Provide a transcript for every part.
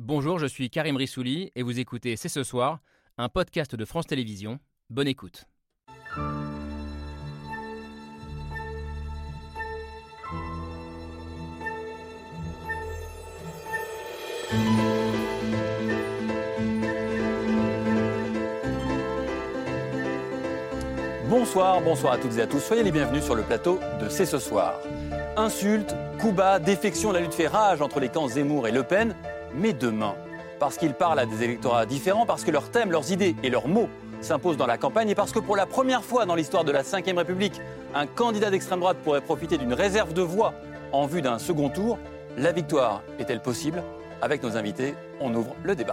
Bonjour, je suis Karim Rissouli et vous écoutez C'est ce soir, un podcast de France Télévisions. Bonne écoute. Bonsoir à toutes et à tous. Soyez les bienvenus sur le plateau de C'est ce soir. Insultes, coups bas, défections, la lutte fait rage entre les camps Zemmour et Le Pen. Mais demain, parce qu'ils parlent à des électorats différents, parce que leurs thèmes, leurs idées et leurs mots s'imposent dans la campagne et parce que pour la première fois dans l'histoire de la Ve République, un candidat d'extrême droite pourrait profiter d'une réserve de voix en vue d'un second tour, la victoire est-elle possible ? Avec nos invités, on ouvre le débat.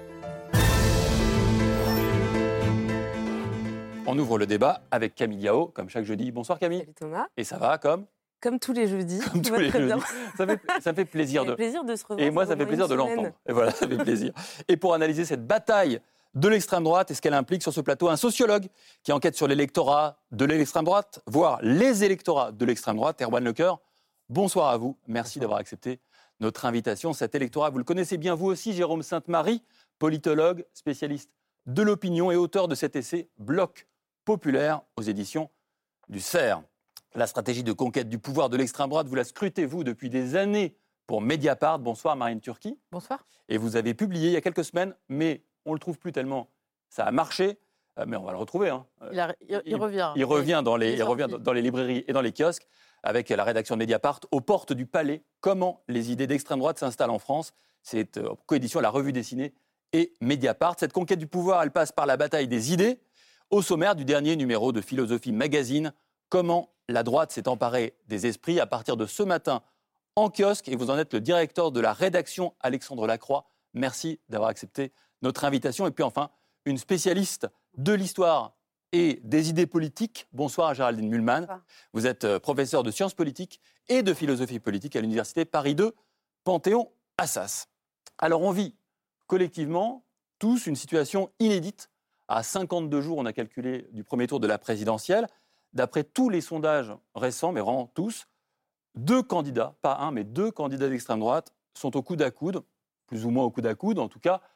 On ouvre le débat avec Camille Yao, comme chaque jeudi. Bonsoir Camille. Salut Thomas. Et ça va comme tous les jeudis. Comme tous les jeudis. Ça me fait plaisir de se revoir. Et moi, ça fait plaisir de l'entendre. Et voilà, ça fait plaisir. Et pour analyser cette bataille de l'extrême droite et ce qu'elle implique sur ce plateau, un sociologue qui enquête sur l'électorat de l'extrême droite, voire les électorats de l'extrême droite, Erwan Lecoeur. Bonsoir à vous. Merci d'avoir accepté notre invitation. Cet électorat, vous le connaissez bien vous aussi, Jérôme Sainte-Marie, politologue, spécialiste de l'opinion et auteur de cet essai Bloc populaire aux éditions du CERF. La stratégie de conquête du pouvoir de l'extrême droite, vous la scrutez, vous, depuis des années pour Mediapart. Bonsoir Marine Turki. Bonsoir. Et vous avez publié il y a quelques semaines, mais on ne le trouve plus tellement. Ça a marché, mais on va le retrouver. Hein. Il revient. Il revient dans les librairies et dans les kiosques avec la rédaction de Mediapart aux portes du palais. Comment les idées d'extrême droite s'installent en France. C'est coédition La Revue Dessinée et Mediapart. Cette conquête du pouvoir, elle passe par la bataille des idées. Au sommaire du dernier numéro de Philosophie Magazine, comment la droite s'est emparée des esprits à partir de ce matin en kiosque. Et vous en êtes le directeur de la rédaction, Alexandre Lacroix. Merci d'avoir accepté notre invitation. Et puis enfin, une spécialiste de l'histoire et des idées politiques. Bonsoir Géraldine Mühlmann. Bonsoir. Vous êtes professeure de sciences politiques et de philosophie politique à l'université Paris II, Panthéon-Assas. Alors on vit collectivement tous une situation inédite. À 52 jours, on a calculé du premier tour de la présidentielle. D'après tous les sondages récents, mais vraiment tous, 2 candidats, pas un, mais 2 candidats d'extrême droite sont au coude à coude, plus ou moins au coude à coude, en tout cas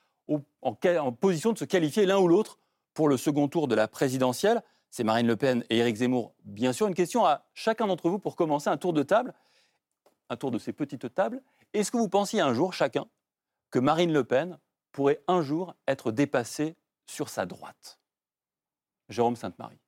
en position de se qualifier l'un ou l'autre pour le second tour de la présidentielle. C'est Marine Le Pen et Éric Zemmour. Bien sûr, une question à chacun d'entre vous pour commencer un tour de table, un tour de ces petites tables. Est-ce que vous pensiez un jour, chacun, que Marine Le Pen pourrait un jour être dépassée sur sa droite? Jérôme Sainte-Marie.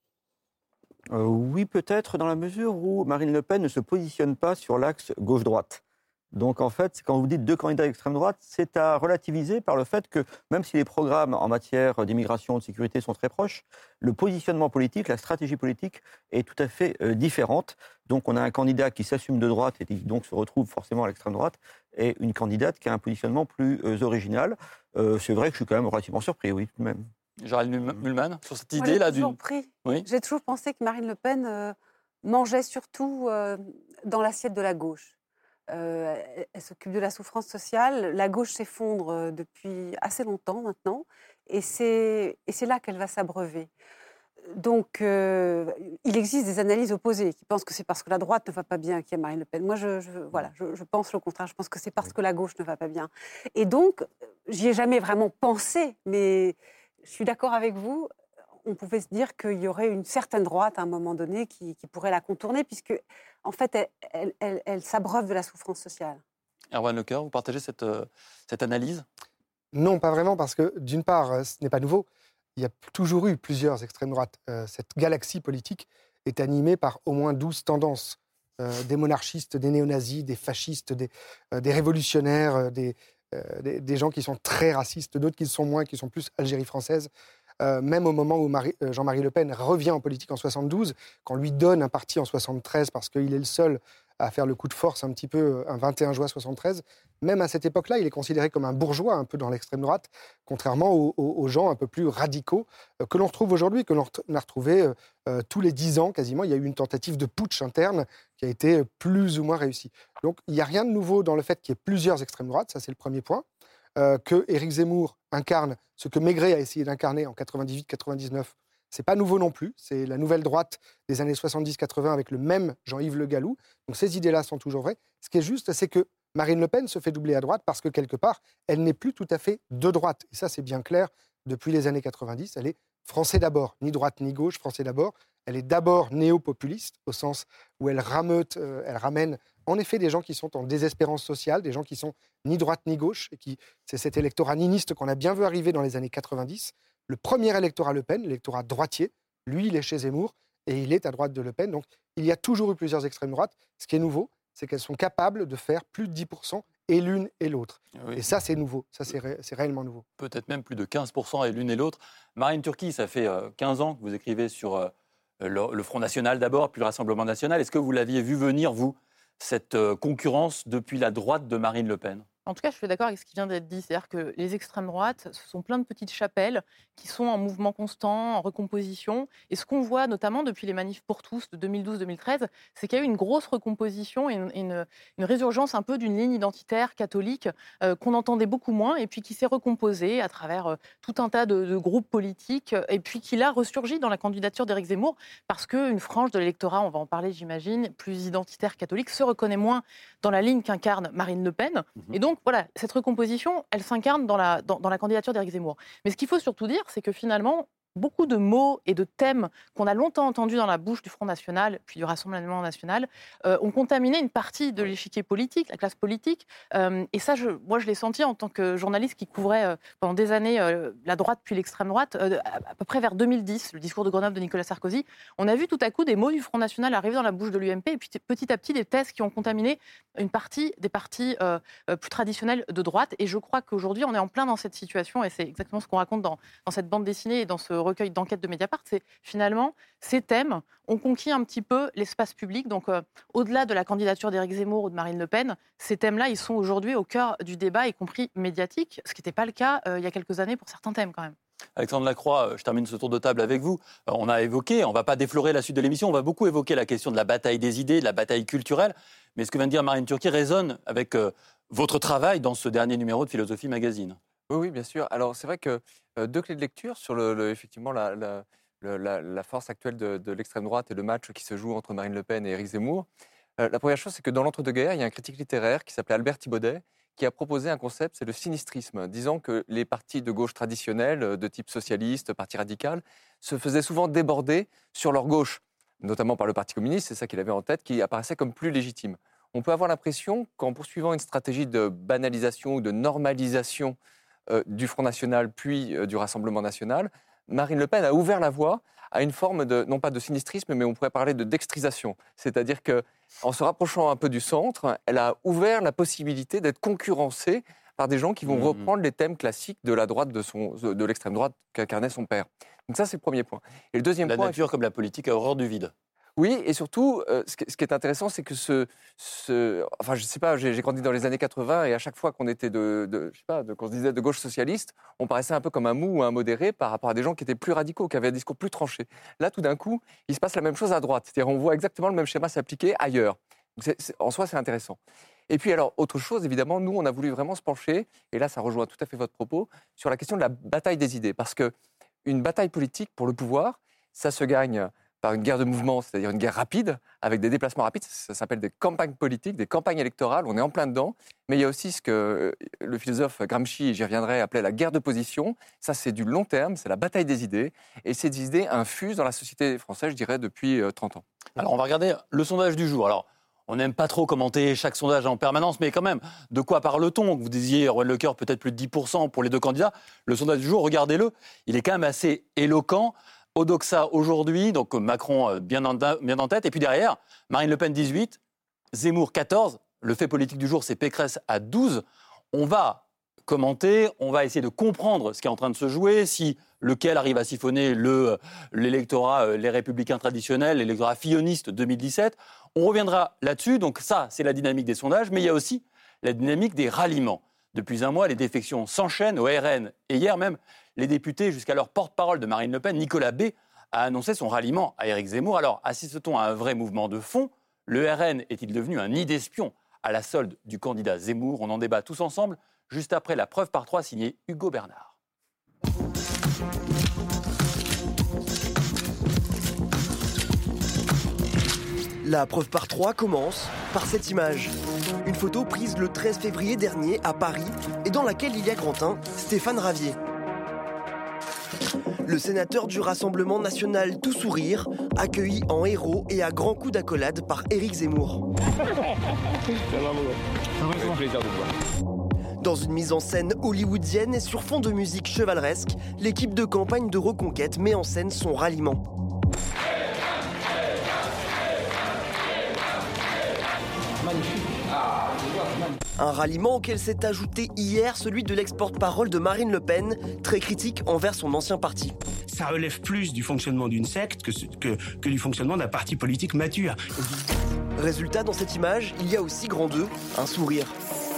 Oui, peut-être, dans la mesure où Marine Le Pen ne se positionne pas sur l'axe gauche-droite. Donc, en fait, quand vous dites 2 candidats d'extrême droite, c'est à relativiser par le fait que, même si les programmes en matière d'immigration, de sécurité sont très proches, le positionnement politique, la stratégie politique est tout à fait différente. Donc, on a un candidat qui s'assume de droite et qui donc se retrouve forcément à l'extrême droite, et une candidate qui a un positionnement plus original. C'est vrai que je suis quand même relativement surpris, oui, tout de même. Géraldine Mühlmann, sur cette idée-là J'ai toujours pensé que Marine Le Pen mangeait surtout dans l'assiette de la gauche. Elle s'occupe de la souffrance sociale. La gauche s'effondre depuis assez longtemps maintenant. Et c'est là qu'elle va s'abreuver. Donc, il existe des analyses opposées qui pensent que c'est parce que la droite ne va pas bien qu'il y a Marine Le Pen. Moi, je pense le contraire. Je pense que c'est parce que la gauche ne va pas bien. Et donc, j'y ai jamais vraiment pensé, mais je suis d'accord avec vous. On pouvait se dire qu'il y aurait une certaine droite à un moment donné qui pourrait la contourner, puisque, en fait, elle s'abreuve de la souffrance sociale. Erwan Lecoeur, vous partagez cette analyse ? Non, pas vraiment, parce que, d'une part, ce n'est pas nouveau. Il y a toujours eu plusieurs extrêmes droites. Cette galaxie politique est animée par au moins 12 tendances. Des monarchistes, des néo-nazis, des fascistes, des révolutionnaires, des gens qui sont très racistes, d'autres qui le sont moins, qui sont plus Algérie française. Même au moment où Jean-Marie Le Pen revient en politique en 72, qu'on lui donne un parti en 73 parce qu'il est le seul à faire le coup de force un petit peu un 21 juin 73, même à cette époque-là, il est considéré comme un bourgeois un peu dans l'extrême droite, contrairement aux gens un peu plus radicaux que l'on retrouve aujourd'hui, que l'on a retrouvé tous les 10 ans quasiment. Il y a eu une tentative de putsch interne qui a été plus ou moins réussie. Donc il n'y a rien de nouveau dans le fait qu'il y ait plusieurs extrêmes droites, ça c'est le premier point. Que Éric Zemmour incarne ce que Maigret a essayé d'incarner en 98-99, c'est pas nouveau non plus. C'est la nouvelle droite des années 70-80 avec le même Jean-Yves Le Gallou. Donc ces idées-là sont toujours vraies. Ce qui est juste, c'est que Marine Le Pen se fait doubler à droite parce que, quelque part, elle n'est plus tout à fait de droite. Et ça, c'est bien clair depuis les années 90. Elle est français d'abord, ni droite ni gauche, français d'abord. Elle est d'abord néo-populiste, au sens où elle ramène en effet des gens qui sont en désespérance sociale, des gens qui sont ni droite ni gauche. C'est cet électorat niniste qu'on a bien vu arriver dans les années 90. Le premier électorat Le Pen, l'électorat droitier, lui, il est chez Zemmour et il est à droite de Le Pen. Donc, il y a toujours eu plusieurs extrêmes droites. Ce qui est nouveau, c'est qu'elles sont capables de faire plus de 10% et l'une et l'autre. Oui. Et ça, c'est nouveau. Ça, c'est réellement nouveau. Peut-être même plus de 15% et l'une et l'autre. Marine Turki, ça fait 15 ans que vous écrivez sur le Front National d'abord, puis le Rassemblement National. Est-ce que vous l'aviez vu venir, vous, cette concurrence depuis la droite de Marine Le Pen ? En tout cas, je suis d'accord avec ce qui vient d'être dit. C'est-à-dire que les extrêmes droites, ce sont plein de petites chapelles qui sont en mouvement constant, en recomposition. Et ce qu'on voit notamment depuis les manifs pour tous de 2012-2013, c'est qu'il y a eu une grosse recomposition et une résurgence un peu d'une ligne identitaire catholique qu'on entendait beaucoup moins et puis qui s'est recomposée à travers tout un tas de groupes politiques et puis qui là ressurgit dans la candidature d'Éric Zemmour parce qu'une frange de l'électorat, on va en parler j'imagine, plus identitaire catholique, se reconnaît moins dans la ligne qu'incarne Marine Le Pen. Et donc, voilà, cette recomposition, elle s'incarne dans la candidature d'Éric Zemmour. Mais ce qu'il faut surtout dire, c'est que finalement, beaucoup de mots et de thèmes qu'on a longtemps entendus dans la bouche du Front National, puis du Rassemblement National, ont contaminé une partie de l'échiquier politique, la classe politique. Et ça, moi, je l'ai senti en tant que journaliste qui couvrait pendant des années la droite puis l'extrême droite, à peu près vers 2010, le discours de Grenoble de Nicolas Sarkozy. On a vu tout à coup des mots du Front National arriver dans la bouche de l'UMP, et puis petit à petit, des thèses qui ont contaminé une partie des partis plus traditionnels de droite. Et je crois qu'aujourd'hui, on est en plein dans cette situation, et c'est exactement ce qu'on raconte dans cette bande dessinée et dans ce recueil d'enquête de Mediapart, c'est finalement ces thèmes ont conquis un petit peu l'espace public. Donc, au-delà de la candidature d'Éric Zemmour ou de Marine Le Pen, ces thèmes-là, ils sont aujourd'hui au cœur du débat, y compris médiatique, ce qui n'était pas le cas il y a quelques années pour certains thèmes quand même. Alexandre Lacroix, je termine ce tour de table avec vous. On a évoqué, on ne va pas déflorer la suite de l'émission, on va beaucoup évoquer la question de la bataille des idées, de la bataille culturelle. Mais ce que vient de dire Marine Turki résonne avec votre travail dans ce dernier numéro de Philosophie Magazine. Oui, bien sûr. Alors, c'est vrai que deux clés de lecture sur effectivement la force actuelle de l'extrême droite et le match qui se joue entre Marine Le Pen et Éric Zemmour. La première chose, c'est que dans l'entre-deux-guerres, il y a un critique littéraire qui s'appelait Albert Thibaudet, qui a proposé un concept, c'est le sinistrisme, disant que les partis de gauche traditionnels, de type socialiste, parti radical, se faisaient souvent déborder sur leur gauche, notamment par le Parti communiste, c'est ça qu'il avait en tête, qui apparaissait comme plus légitime. On peut avoir l'impression qu'en poursuivant une stratégie de banalisation ou de normalisation du Front National puis du Rassemblement National, Marine Le Pen a ouvert la voie à une forme de, non pas de sinistrisme, mais on pourrait parler de dextrisation. C'est-à-dire qu'en se rapprochant un peu du centre, elle a ouvert la possibilité d'être concurrencée par des gens qui vont reprendre les thèmes classiques de la droite, de l'extrême droite qu'incarnait son père. Donc ça, c'est le premier point. Et le deuxième point... La nature comme la politique a horreur du vide. Oui, et surtout, ce qui est intéressant, c'est que enfin, je sais pas, j'ai grandi dans les années 80 et à chaque fois qu'on était qu'on se disait de gauche socialiste, on paraissait un peu comme un mou ou un modéré par rapport à des gens qui étaient plus radicaux, qui avaient un discours plus tranché. Là, tout d'un coup, il se passe la même chose à droite. C'est-à-dire, on voit exactement le même schéma s'appliquer ailleurs. Donc, en soi, c'est intéressant. Et puis, alors, autre chose, évidemment, nous, on a voulu vraiment se pencher, et là, ça rejoint tout à fait votre propos, sur la question de la bataille des idées. Parce qu'une bataille politique pour le pouvoir, ça se gagne par une guerre de mouvement, c'est-à-dire une guerre rapide, avec des déplacements rapides. Ça s'appelle des campagnes politiques, des campagnes électorales. On est en plein dedans. Mais il y a aussi ce que le philosophe Gramsci, j'y reviendrai, appelait la guerre de position. Ça, c'est du long terme, c'est la bataille des idées. Et ces idées infusent dans la société française, je dirais, depuis 30 ans. Alors, on va regarder le sondage du jour. Alors, on n'aime pas trop commenter chaque sondage en permanence, mais quand même, de quoi parle-t-on ? Vous disiez, Erwan Lecoeur, peut-être plus de 10% pour les deux candidats. Le sondage du jour, regardez-le, il est quand même assez éloquent. Odoxa aujourd'hui, donc Macron bien en tête. Et puis derrière, Marine Le Pen 18, Zemmour 14. Le fait politique du jour, c'est Pécresse à 12. On va commenter, on va essayer de comprendre ce qui est en train de se jouer, si lequel arrive à siphonner l'électorat, les républicains traditionnels, l'électorat filloniste 2017. On reviendra là-dessus. Donc ça, c'est la dynamique des sondages. Mais il y a aussi la dynamique des ralliements. Depuis un mois, les défections s'enchaînent au RN. Et hier même, les députés, jusqu'à leur porte-parole de Marine Le Pen, Nicolas B, a annoncé son ralliement à Éric Zemmour. Alors, assiste-t-on à un vrai mouvement de fond ? Le RN est-il devenu un nid d'espions à la solde du candidat Zemmour ? On en débat tous ensemble, juste après la preuve par 3 signée Hugo Bernard. La preuve par 3 commence par cette image. Une photo prise le 13 février dernier à Paris et dans laquelle il y a Grantin, Stéphane Ravier. Le sénateur du Rassemblement national tout sourire, accueilli en héros et à grands coups d'accolade par Éric Zemmour. Dans une mise en scène hollywoodienne et sur fond de musique chevaleresque, l'équipe de campagne de Reconquête met en scène son ralliement. Un ralliement auquel s'est ajouté hier celui de l'ex-porte-parole de Marine Le Pen, très critique envers son ancien parti. Ça relève plus du fonctionnement d'une secte que du fonctionnement d'un parti politique mature. Résultat, dans cette image, il y a aussi grand 2, un sourire.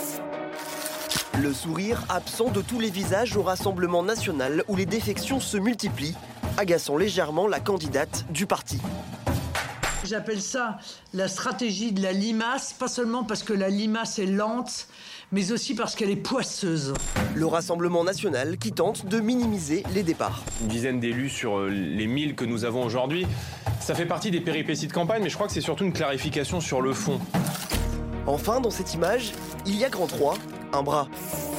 Le sourire absent de tous les visages au Rassemblement national où les défections se multiplient, agaçant légèrement la candidate du parti. J'appelle ça la stratégie de la limace, pas seulement parce que la limace est lente, mais aussi parce qu'elle est poisseuse. Le Rassemblement national qui tente de minimiser les départs. Une dizaine d'élus sur les 1000 que nous avons aujourd'hui. Ça fait partie des péripéties de campagne, mais je crois que c'est surtout une clarification sur le fond. Enfin, dans cette image, il y a grand 3, un bras.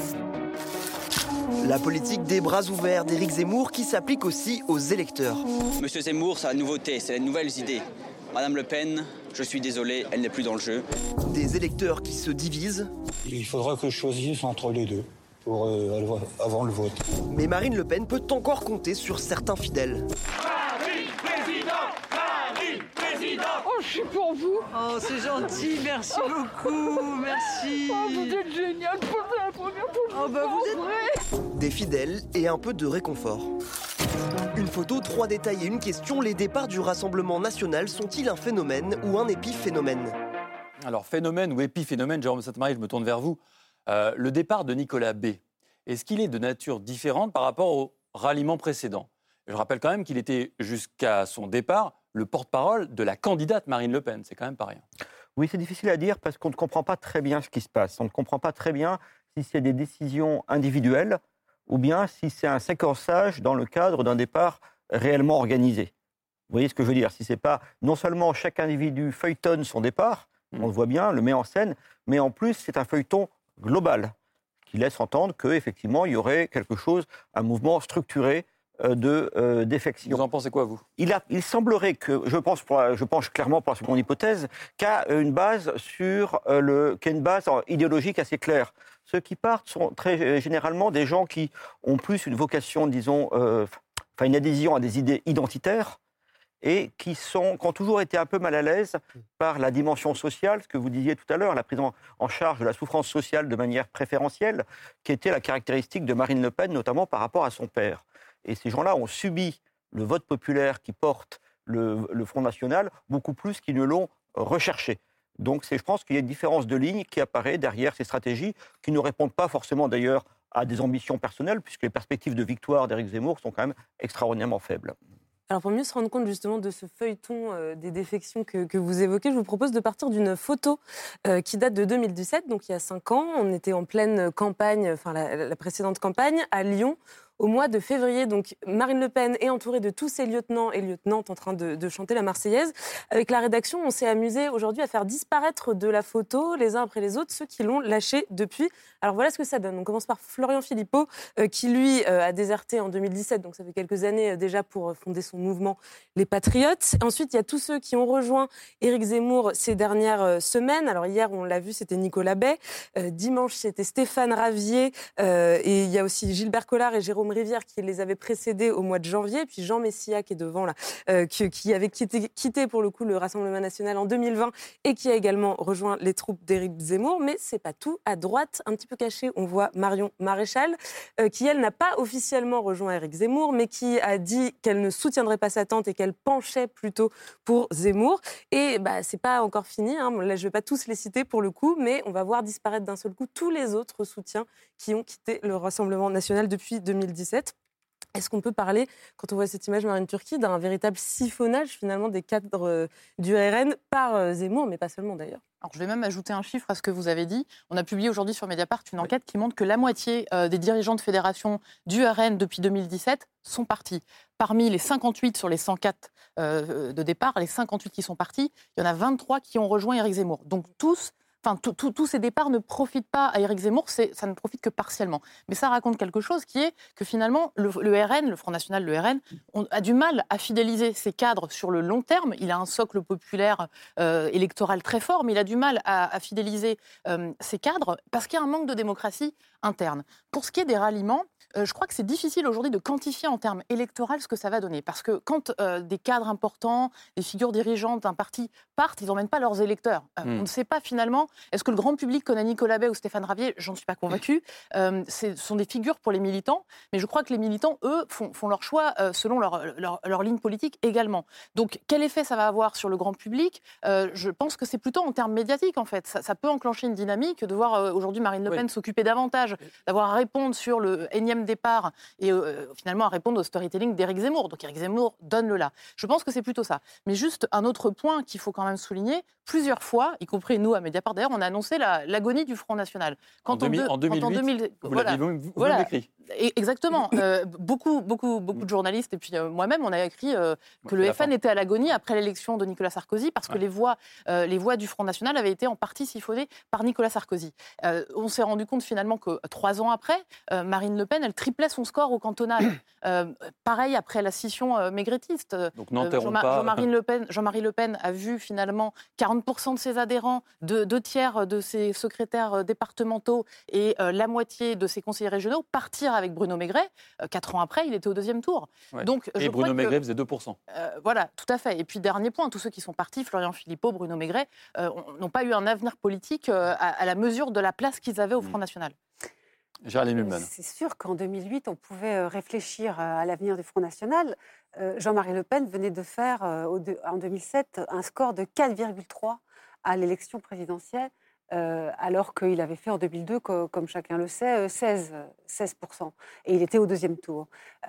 La politique des bras ouverts d'Éric Zemmour qui s'applique aussi aux électeurs. Monsieur Zemmour, c'est la nouveauté, c'est les nouvelles idées. Madame Le Pen, je suis désolé, elle n'est plus dans le jeu. Des électeurs qui se divisent. Il faudra que je choisisse entre les deux avant le vote. Mais Marine Le Pen peut encore compter sur certains fidèles. Marine Président. Oh, je suis pour vous. Oh, c'est gentil, merci beaucoup, merci. Oh, vous êtes génial pour la première fois. Oh, bah vous êtes vrai. Des fidèles et un peu de réconfort. Une photo, 3 détails et une question. Les départs du Rassemblement national sont-ils un phénomène ou un épiphénomène? Alors, phénomène ou épiphénomène, Jérôme Sainte-Marie, je me tourne vers vous. Le départ de Nicolas B, est-ce qu'il est de nature différente par rapport au ralliement précédent? Je rappelle quand même qu'il était, jusqu'à son départ, le porte-parole de la candidate Marine Le Pen. C'est quand même pas rien. Oui, c'est difficile à dire parce qu'on ne comprend pas très bien ce qui se passe. On ne comprend pas très bien si c'est des décisions individuelles ou bien si c'est un séquençage dans le cadre d'un départ réellement organisé. Vous voyez ce que je veux dire? Si c'est pas non seulement chaque individu feuilletonne son départ, on le voit bien, le met en scène, mais en plus c'est un feuilleton global qui laisse entendre qu'effectivement il y aurait quelque chose, un mouvement structuré de défection. Vous en pensez quoi, vous? Il semblerait que, je pense clairement pour la seconde hypothèse, qu'a une base idéologique assez claire. Ceux qui partent sont très généralement des gens qui ont plus une vocation, disons, une adhésion à des idées identitaires et qui ont toujours été un peu mal à l'aise par la dimension sociale, ce que vous disiez tout à l'heure, la prise en charge de la souffrance sociale de manière préférentielle, qui était la caractéristique de Marine Le Pen, notamment par rapport à son père. Et ces gens-là ont subi le vote populaire qui porte le Front National beaucoup plus qu'ils ne l'ont recherché. Donc je pense qu'il y a une différence de ligne qui apparaît derrière ces stratégies qui ne répondent pas forcément d'ailleurs à des ambitions personnelles, puisque les perspectives de victoire d'Éric Zemmour sont quand même extraordinairement faibles. Alors pour mieux se rendre compte justement de ce feuilleton des défections que vous évoquez, je vous propose de partir d'une photo qui date de 2017, donc il y a 5 ans. On était en pleine campagne, enfin la précédente campagne, à Lyon. Au mois de février, donc Marine Le Pen est entourée de tous ses lieutenants et lieutenantes en train de chanter la Marseillaise. Avec la rédaction, on s'est amusé aujourd'hui à faire disparaître de la photo, les uns après les autres, ceux qui l'ont lâchée depuis. Alors voilà ce que ça donne. On commence par Florian Philippot, qui lui a déserté en 2017, donc ça fait quelques années déjà pour fonder son mouvement Les Patriotes. Ensuite, il y a tous ceux qui ont rejoint Éric Zemmour ces dernières semaines. Alors hier, on l'a vu, c'était Nicolas Bay. Dimanche, c'était Stéphane Ravier. Et il y a aussi Gilbert Collard et Jérôme Rivière qui les avaient précédés au mois de janvier, puis Jean Messia qui est devant là, qui avait quitté pour le coup le Rassemblement national en 2020 et qui a également rejoint les troupes d'Éric Zemmour. Mais c'est pas tout. À droite, un petit peu caché, on voit Marion Maréchal qui elle n'a pas officiellement rejoint Éric Zemmour, mais qui a dit qu'elle ne soutiendrait pas sa tante et qu'elle penchait plutôt pour Zemmour. Et c'est pas encore fini. Là, je vais pas tous les citer pour le coup, mais on va voir disparaître d'un seul coup tous les autres soutiens qui ont quitté le Rassemblement national depuis 2017. Est-ce qu'on peut parler, quand on voit cette image Marine Turki, d'un véritable siphonnage finalement des cadres du RN par Zemmour, mais pas seulement d'ailleurs? Alors, je vais même ajouter un chiffre à ce que vous avez dit. On a publié aujourd'hui sur Mediapart une enquête qui montre que la moitié des dirigeants de fédération du RN depuis 2017 sont partis. Parmi les 58 sur les 104 de départ, les 58 qui sont partis, il y en a 23 qui ont rejoint Éric Zemmour. Donc tous ces départs ne profitent pas à Éric Zemmour, ça ne profite que partiellement. Mais ça raconte quelque chose qui est que finalement, le RN, le Front National, le RN, a du mal à fidéliser ses cadres sur le long terme. Il a un socle populaire électoral très fort, mais il a du mal à fidéliser ses cadres parce qu'il y a un manque de démocratie interne. Pour ce qui est des ralliements, je crois que c'est difficile aujourd'hui de quantifier en termes électoraux ce que ça va donner. Parce que quand des cadres importants, des figures dirigeantes d'un parti partent, ils n'emmènent pas leurs électeurs. On ne sait pas finalement, est-ce que le grand public connaît Nicolas Bay ou Stéphane Ravier? J'en suis pas convaincue. Ce sont des figures pour les militants, mais je crois que les militants, eux, font leur choix selon leur ligne politique également. Donc, quel effet ça va avoir sur le grand public? Je pense que c'est plutôt en termes médiatiques, en fait. Ça peut enclencher une dynamique de voir aujourd'hui Marine Le Pen s'occuper davantage, d'avoir à répondre sur le énième départ et finalement à répondre au storytelling d'Éric Zemmour. Donc Éric Zemmour donne le là. Je pense que c'est plutôt ça. Mais juste un autre point qu'il faut quand même souligner, plusieurs fois, y compris nous à Mediapart d'ailleurs, on a annoncé l'agonie du Front National. En 2008, vous l'avez écrit. Exactement. Beaucoup de journalistes et puis moi-même, on a écrit que le FN était à l'agonie après l'élection de Nicolas Sarkozy parce que les voix du Front National avaient été en partie siphonnées par Nicolas Sarkozy. On s'est rendu compte finalement que 3 ans après, Marine Le Pen, elle triplait son score au cantonal. Pareil après la scission maigretiste. Donc n'enterrons pas. Jean-Marie Le Pen a vu finalement 40% de ses adhérents, 2 tiers de ses secrétaires départementaux et la moitié de ses conseillers régionaux partir avec Bruno Maigret. 4 ans après, il était au 2e tour. Ouais. Donc, et Bruno Maigret faisait 2%. Voilà, tout à fait. Et puis dernier point, tous ceux qui sont partis, Florian Philippot, Bruno Maigret, n'ont pas eu un avenir politique à la mesure de la place qu'ils avaient au Front National. Géraldine Mühlmann. C'est sûr qu'en 2008, on pouvait réfléchir à l'avenir du Front National. Jean-Marie Le Pen venait de faire, en 2007, un score de 4,3 à l'élection présidentielle, alors qu'il avait fait en 2002, comme chacun le sait, 16%. Et il était au 2e tour.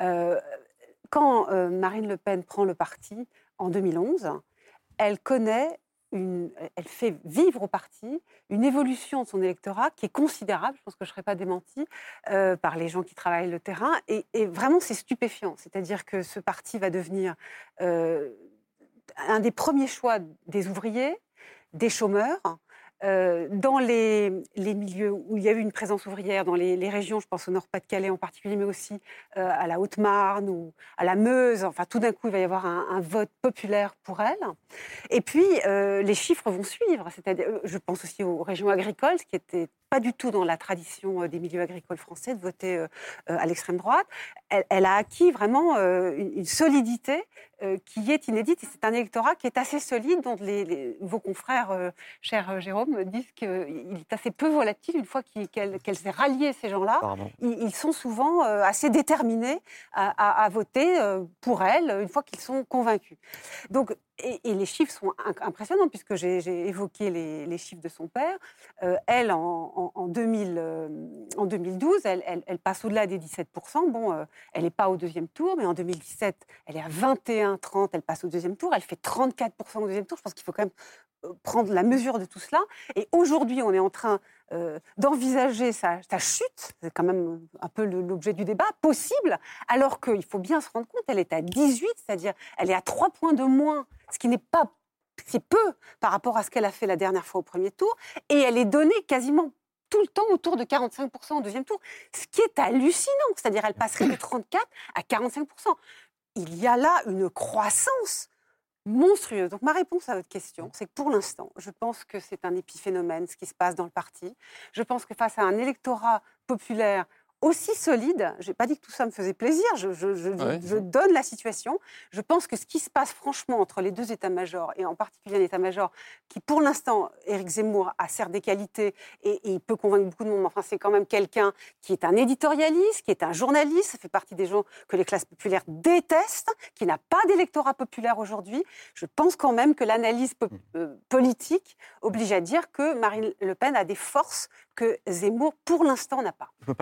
Quand Marine Le Pen prend le parti en 2011, elle fait vivre au parti une évolution de son électorat qui est considérable, je pense que je ne serai pas démentie, par les gens qui travaillent le terrain. Et vraiment, c'est stupéfiant. C'est-à-dire que ce parti va devenir un des premiers choix des ouvriers, des chômeurs, dans les milieux où il y a eu une présence ouvrière, dans les régions, je pense au Nord-Pas-de-Calais en particulier, mais aussi à la Haute-Marne ou à la Meuse. Enfin, tout d'un coup, il va y avoir un vote populaire pour elle. Et puis, les chiffres vont suivre. C'est-à-dire, je pense aussi aux régions agricoles, ce qui n'était pas du tout dans la tradition des milieux agricoles français de voter à l'extrême droite. Elle a acquis vraiment une solidité qui est inédite. Et c'est un électorat qui est assez solide, dont vos confrères, cher Jérôme, disent qu'il est assez peu volatile une fois qu'elle s'est ralliée ces gens-là. Ils sont souvent assez déterminés à voter pour elle une fois qu'ils sont convaincus. Donc, et les chiffres sont impressionnants, puisque j'ai évoqué les chiffres de son père. Elle, en 2012, elle passe au-delà des 17%. Bon, elle n'est pas au 2e tour, mais en 2017, elle est à 21,30%, elle passe au 2e tour. Elle fait 34% au 2e tour. Je pense qu'il faut quand même prendre la mesure de tout cela. Et aujourd'hui, on est en train d'envisager sa chute, c'est quand même un peu l'objet du débat, possible, alors qu'il faut bien se rendre compte, elle est à 18, c'est-à-dire elle est à 3 points de moins, ce qui n'est pas si peu par rapport à ce qu'elle a fait la dernière fois au 1er tour, et elle est donnée quasiment tout le temps autour de 45% au 2e tour, ce qui est hallucinant, c'est-à-dire elle passerait de 34 à 45%. Il y a là une croissance monstrueuse. Donc ma réponse à votre question, c'est que pour l'instant, je pense que c'est un épiphénomène, ce qui se passe dans le parti. Je pense que face à un électorat populaire aussi solide, je n'ai pas dit que tout ça me faisait plaisir, je donne la situation. Je pense que ce qui se passe franchement entre les 2 états-majors, et en particulier un état-major qui, pour l'instant, Éric Zemmour a certes des qualités et il peut convaincre beaucoup de monde, mais enfin, c'est quand même quelqu'un qui est un éditorialiste, qui est un journaliste, ça fait partie des gens que les classes populaires détestent, qui n'a pas d'électorat populaire aujourd'hui. Je pense quand même que l'analyse politique oblige à dire que Marine Le Pen a des forces que Zemmour, pour l'instant, n'a pas. Je me permets juste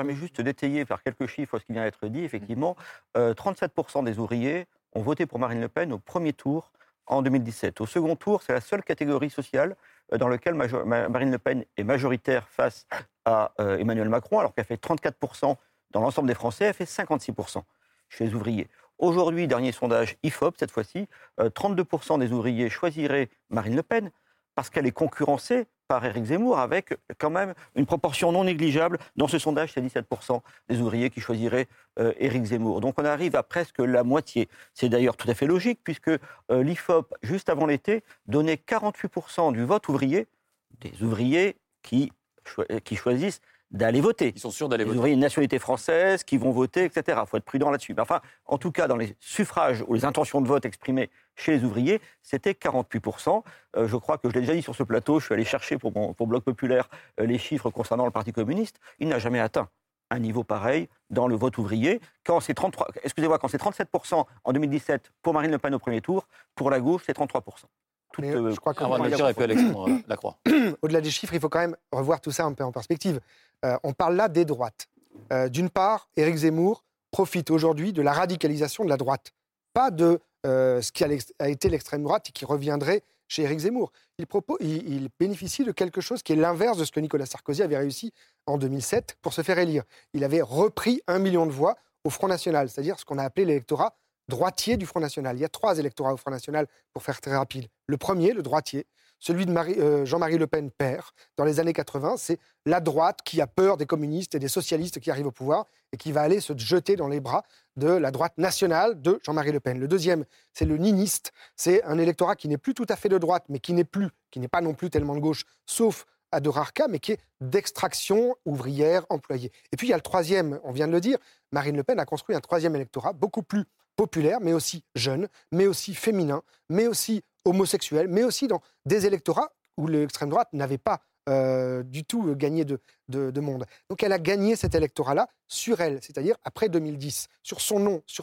d'étayer par quelques chiffres ce qui vient d'être dit, effectivement, 37% des ouvriers ont voté pour Marine Le Pen au premier tour en 2017. Au second tour, c'est la seule catégorie sociale dans laquelle Marine Le Pen est majoritaire face à Emmanuel Macron, alors qu'elle fait 34% dans l'ensemble des Français, elle fait 56% chez les ouvriers. Aujourd'hui, dernier sondage IFOP, cette fois-ci, 32% des ouvriers choisiraient Marine Le Pen parce qu'elle est concurrencée par Éric Zemmour, avec quand même une proportion non négligeable. Dans ce sondage, c'est 17% des ouvriers qui choisiraient Éric Zemmour. Donc on arrive à presque la moitié. C'est d'ailleurs tout à fait logique, puisque l'IFOP, juste avant l'été, donnait 48% du vote ouvrier, des ouvriers qui choisissent d'aller voter. Ils sont sûrs d'aller voter. Les ouvriers de nationalité française qui vont voter, etc. Il faut être prudent là-dessus. Mais enfin, en tout cas, dans les suffrages ou les intentions de vote exprimées chez les ouvriers, c'était 48%. Je crois que je l'ai déjà dit sur ce plateau, je suis allé chercher pour Bloc Populaire les chiffres concernant le Parti communiste. Il n'a jamais atteint un niveau pareil dans le vote ouvrier. Quand c'est 37% en 2017 pour Marine Le Pen au premier tour, pour la gauche, c'est 33%. Je crois qu'on la croix. Au-delà des chiffres, il faut quand même revoir tout ça un peu en perspective. On parle là des droites. D'une part, Éric Zemmour profite aujourd'hui de la radicalisation de la droite, pas de ce qui a été l'extrême droite et qui reviendrait chez Éric Zemmour. Il bénéficie de quelque chose qui est l'inverse de ce que Nicolas Sarkozy avait réussi en 2007 pour se faire élire. Il avait repris 1 million de voix au Front National, c'est-à-dire ce qu'on a appelé l'électorat droitier du Front National. Il y a 3 électorats au Front National, pour faire très rapide. Le premier, le droitier, celui de Jean-Marie Le Pen père, dans les années 80, c'est la droite qui a peur des communistes et des socialistes qui arrivent au pouvoir et qui va aller se jeter dans les bras de la droite nationale de Jean-Marie Le Pen. Le deuxième, c'est le niniste. C'est un électorat qui n'est plus tout à fait de droite, mais qui n'est pas non plus tellement de gauche, sauf à de rares cas, mais qui est d'extraction ouvrière, employée. Et puis il y a le troisième, on vient de le dire, Marine Le Pen a construit un troisième électorat beaucoup plus populaire, mais aussi jeune, mais aussi féminin, mais aussi homosexuel, mais aussi dans des électorats où l'extrême droite n'avait pas du tout gagné de monde. Donc elle a gagné cet électorat-là sur elle, c'est-à-dire après 2010, sur son nom, sur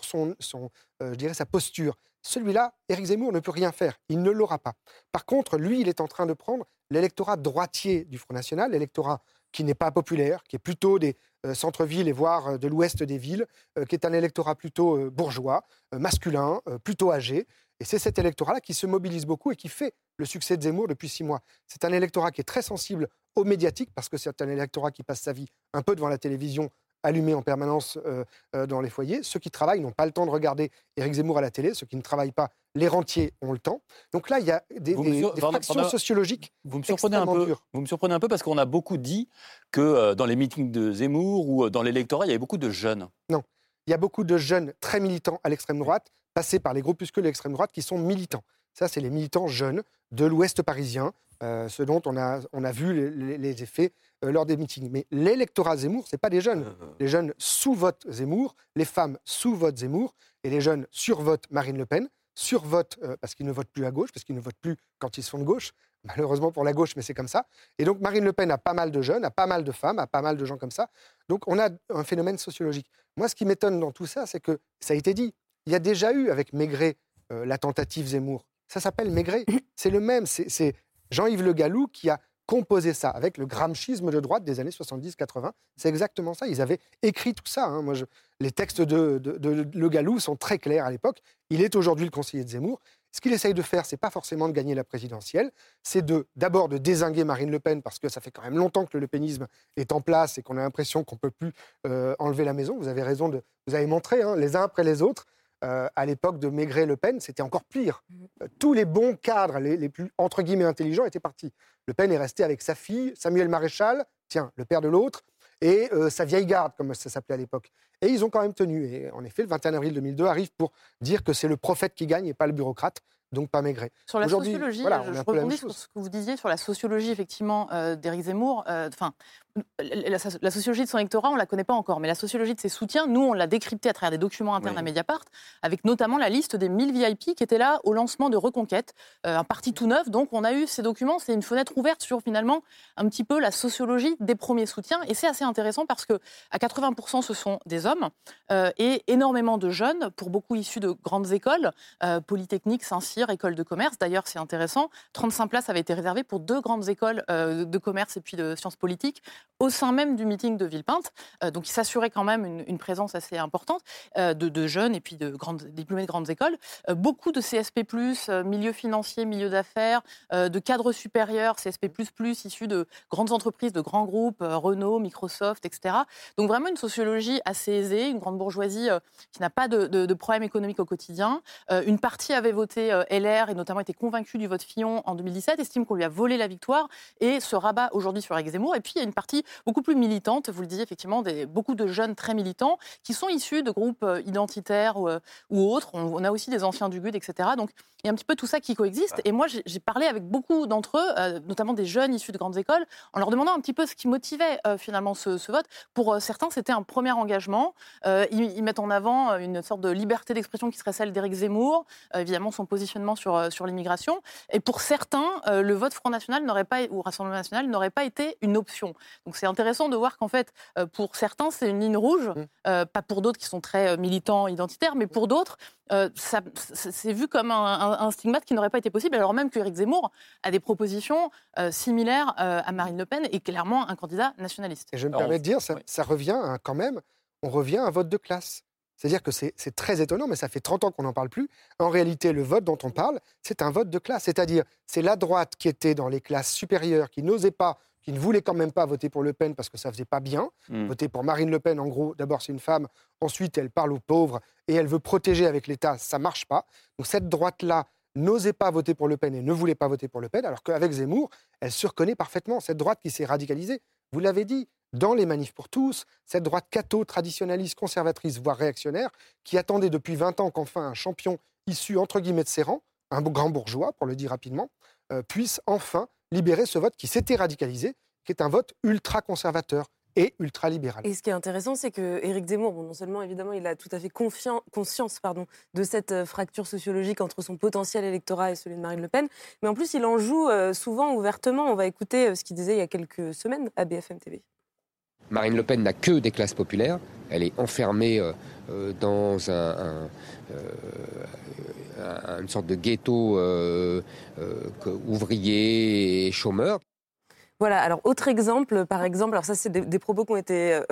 je dirais sa posture. Celui-là, Éric Zemmour ne peut rien faire, il ne l'aura pas. Par contre, lui, il est en train de prendre l'électorat droitier du Front National, l'électorat qui n'est pas populaire, qui est plutôt des centres-villes et voire de l'ouest des villes, qui est un électorat plutôt bourgeois, masculin, plutôt âgé. Et c'est cet électorat-là qui se mobilise beaucoup et qui fait le succès de Zemmour depuis 6 mois. C'est un électorat qui est très sensible aux médiatiques, parce que c'est un électorat qui passe sa vie un peu devant la télévision, allumé en permanence dans les foyers. Ceux qui travaillent n'ont pas le temps de regarder Éric Zemmour à la télé. Ceux qui ne travaillent pas, les rentiers ont le temps. Donc là, il y a des fractions sociologiques extrêmement dures. Vous me surprenez un peu parce qu'on a beaucoup dit que dans les meetings de Zemmour ou dans l'électorat, il y avait beaucoup de jeunes. Non, il y a beaucoup de jeunes très militants à l'extrême droite, passés par les groupuscules de l'extrême droite, qui sont militants. Ça, c'est les militants jeunes de l'Ouest parisien, ce dont on a vu les effets lors des meetings. Mais l'électorat Zemmour, ce n'est pas des jeunes. Les jeunes sous-votent Zemmour, les femmes sous-votent Zemmour, et les jeunes survotent Marine Le Pen, survotent parce qu'ils ne votent plus à gauche, parce qu'ils ne votent plus quand ils sont de gauche, malheureusement pour la gauche, mais c'est comme ça. Et donc Marine Le Pen a pas mal de jeunes, a pas mal de femmes, a pas mal de gens comme ça. Donc on a un phénomène sociologique. Moi, ce qui m'étonne dans tout ça, c'est que, ça a été dit, il y a déjà eu avec Maigret la tentative Zemmour. Ça s'appelle Maigret. C'est le même. C'est Jean-Yves Le Gallou qui a composé ça avec le gramscisme de droite des années 70-80. C'est exactement ça. Ils avaient écrit tout ça. Hein. Les textes de Le Gallou sont très clairs à l'époque. Il est aujourd'hui le conseiller de Zemmour. Ce qu'il essaye de faire, c'est pas forcément de gagner la présidentielle, c'est d'abord de dézinguer Marine Le Pen, parce que ça fait quand même longtemps que le lepénisme est en place et qu'on a l'impression qu'on ne peut plus enlever la maison. Vous avez raison, vous avez montré, hein, les uns après les autres. À l'époque de Maigret-Le Pen, c'était encore pire. Tous les bons cadres, les plus, entre guillemets, intelligents, étaient partis. Le Pen est resté avec sa fille, Samuel Maréchal, le père de l'autre, et sa vieille garde, comme ça s'appelait à l'époque. Et ils ont quand même tenu. Et en effet, le 21 avril 2002 arrive pour dire que c'est le prophète qui gagne et pas le bureaucrate, donc pas Maigret. Sur la sociologie, je rebondis sur ce que vous disiez sur la sociologie, effectivement, d'Éric Zemmour. La sociologie de son électorat, on ne la connaît pas encore, mais la sociologie de ses soutiens, nous, on l'a décryptée à travers des documents internes à Mediapart, avec notamment la liste des 1000 VIP qui étaient là au lancement de Reconquête, un parti tout neuf. Donc, on a eu ces documents, c'est une fenêtre ouverte sur, finalement, un petit peu la sociologie des premiers soutiens. Et c'est assez intéressant parce qu'à 80%, ce sont des hommes et énormément de jeunes, pour beaucoup issus de grandes écoles, Polytechnique, Saint-Cyr, école de commerce. D'ailleurs, c'est intéressant, 35 places avaient été réservées pour 2 grandes écoles de commerce et puis de sciences politiques, au sein même du meeting de Villepinte. Donc, il s'assurait quand même une présence assez importante de jeunes et puis de diplômés de grandes écoles. Beaucoup de CSP+, milieu financier, milieu d'affaires, de cadres supérieurs, CSP++, issus de grandes entreprises, de grands groupes, Renault, Microsoft, etc. Donc, vraiment une sociologie assez aisée, une grande bourgeoisie qui n'a pas de problèmes économiques au quotidien. Une partie avait voté LR et notamment été convaincue du vote Fillon en 2017, estime qu'on lui a volé la victoire et se rabat aujourd'hui sur Éric Zemmour. Et puis, il y a une partie beaucoup plus militante, vous le disiez effectivement, beaucoup de jeunes très militants qui sont issus de groupes identitaires ou autres. On a aussi des anciens du GUD, etc. Donc, il y a un petit peu tout ça qui coexiste. Et moi, j'ai parlé avec beaucoup d'entre eux, notamment des jeunes issus de grandes écoles, en leur demandant un petit peu ce qui motivait finalement ce vote. Pour certains, c'était un premier engagement. Ils mettent en avant une sorte de liberté d'expression qui serait celle d'Éric Zemmour, évidemment son positionnement sur l'immigration. Et pour certains, le vote Front National ou Rassemblement National n'aurait pas été une option. Donc c'est intéressant de voir qu'en fait, pour certains, c'est une ligne rouge, pas pour d'autres qui sont très militants, identitaires, mais pour d'autres, c'est vu comme un stigmate qui n'aurait pas été possible, alors même qu'Éric Zemmour a des propositions similaires à Marine Le Pen et clairement un candidat nationaliste. Et je me permets de dire, ça revient quand même, on revient à un vote de classe. C'est-à-dire que c'est très étonnant, mais ça fait 30 ans qu'on n'en parle plus. En réalité, le vote dont on parle, c'est un vote de classe. C'est-à-dire, c'est la droite qui était dans les classes supérieures, qui n'osait pas, qui ne voulait quand même pas voter pour Le Pen parce que ça ne faisait pas bien. Voter pour Marine Le Pen, en gros, d'abord c'est une femme, ensuite elle parle aux pauvres et elle veut protéger avec l'État, ça ne marche pas. Donc cette droite-là n'osait pas voter pour Le Pen et ne voulait pas voter pour Le Pen, alors qu'avec Zemmour, elle se reconnaît parfaitement. Cette droite qui s'est radicalisée, vous l'avez dit, dans les manifs pour tous, cette droite catho, traditionnaliste, conservatrice, voire réactionnaire, qui attendait depuis 20 ans qu'enfin un champion issu, entre guillemets, de ses rangs, un grand bourgeois, pour le dire rapidement, puisse enfin libérer ce vote qui s'était radicalisé, qui est un vote ultra-conservateur et ultra-libéral. Et ce qui est intéressant, c'est qu'Éric Zemmour, non seulement, évidemment, il a tout à fait conscience de cette fracture sociologique entre son potentiel électorat et celui de Marine Le Pen, mais en plus, il en joue souvent ouvertement. On va écouter ce qu'il disait il y a quelques semaines à BFM TV. Marine Le Pen n'a que des classes populaires. Elle est enfermée dans une sorte de ghetto ouvrier et chômeur. Voilà, alors autre exemple, par exemple, alors ça c'est des propos qui ont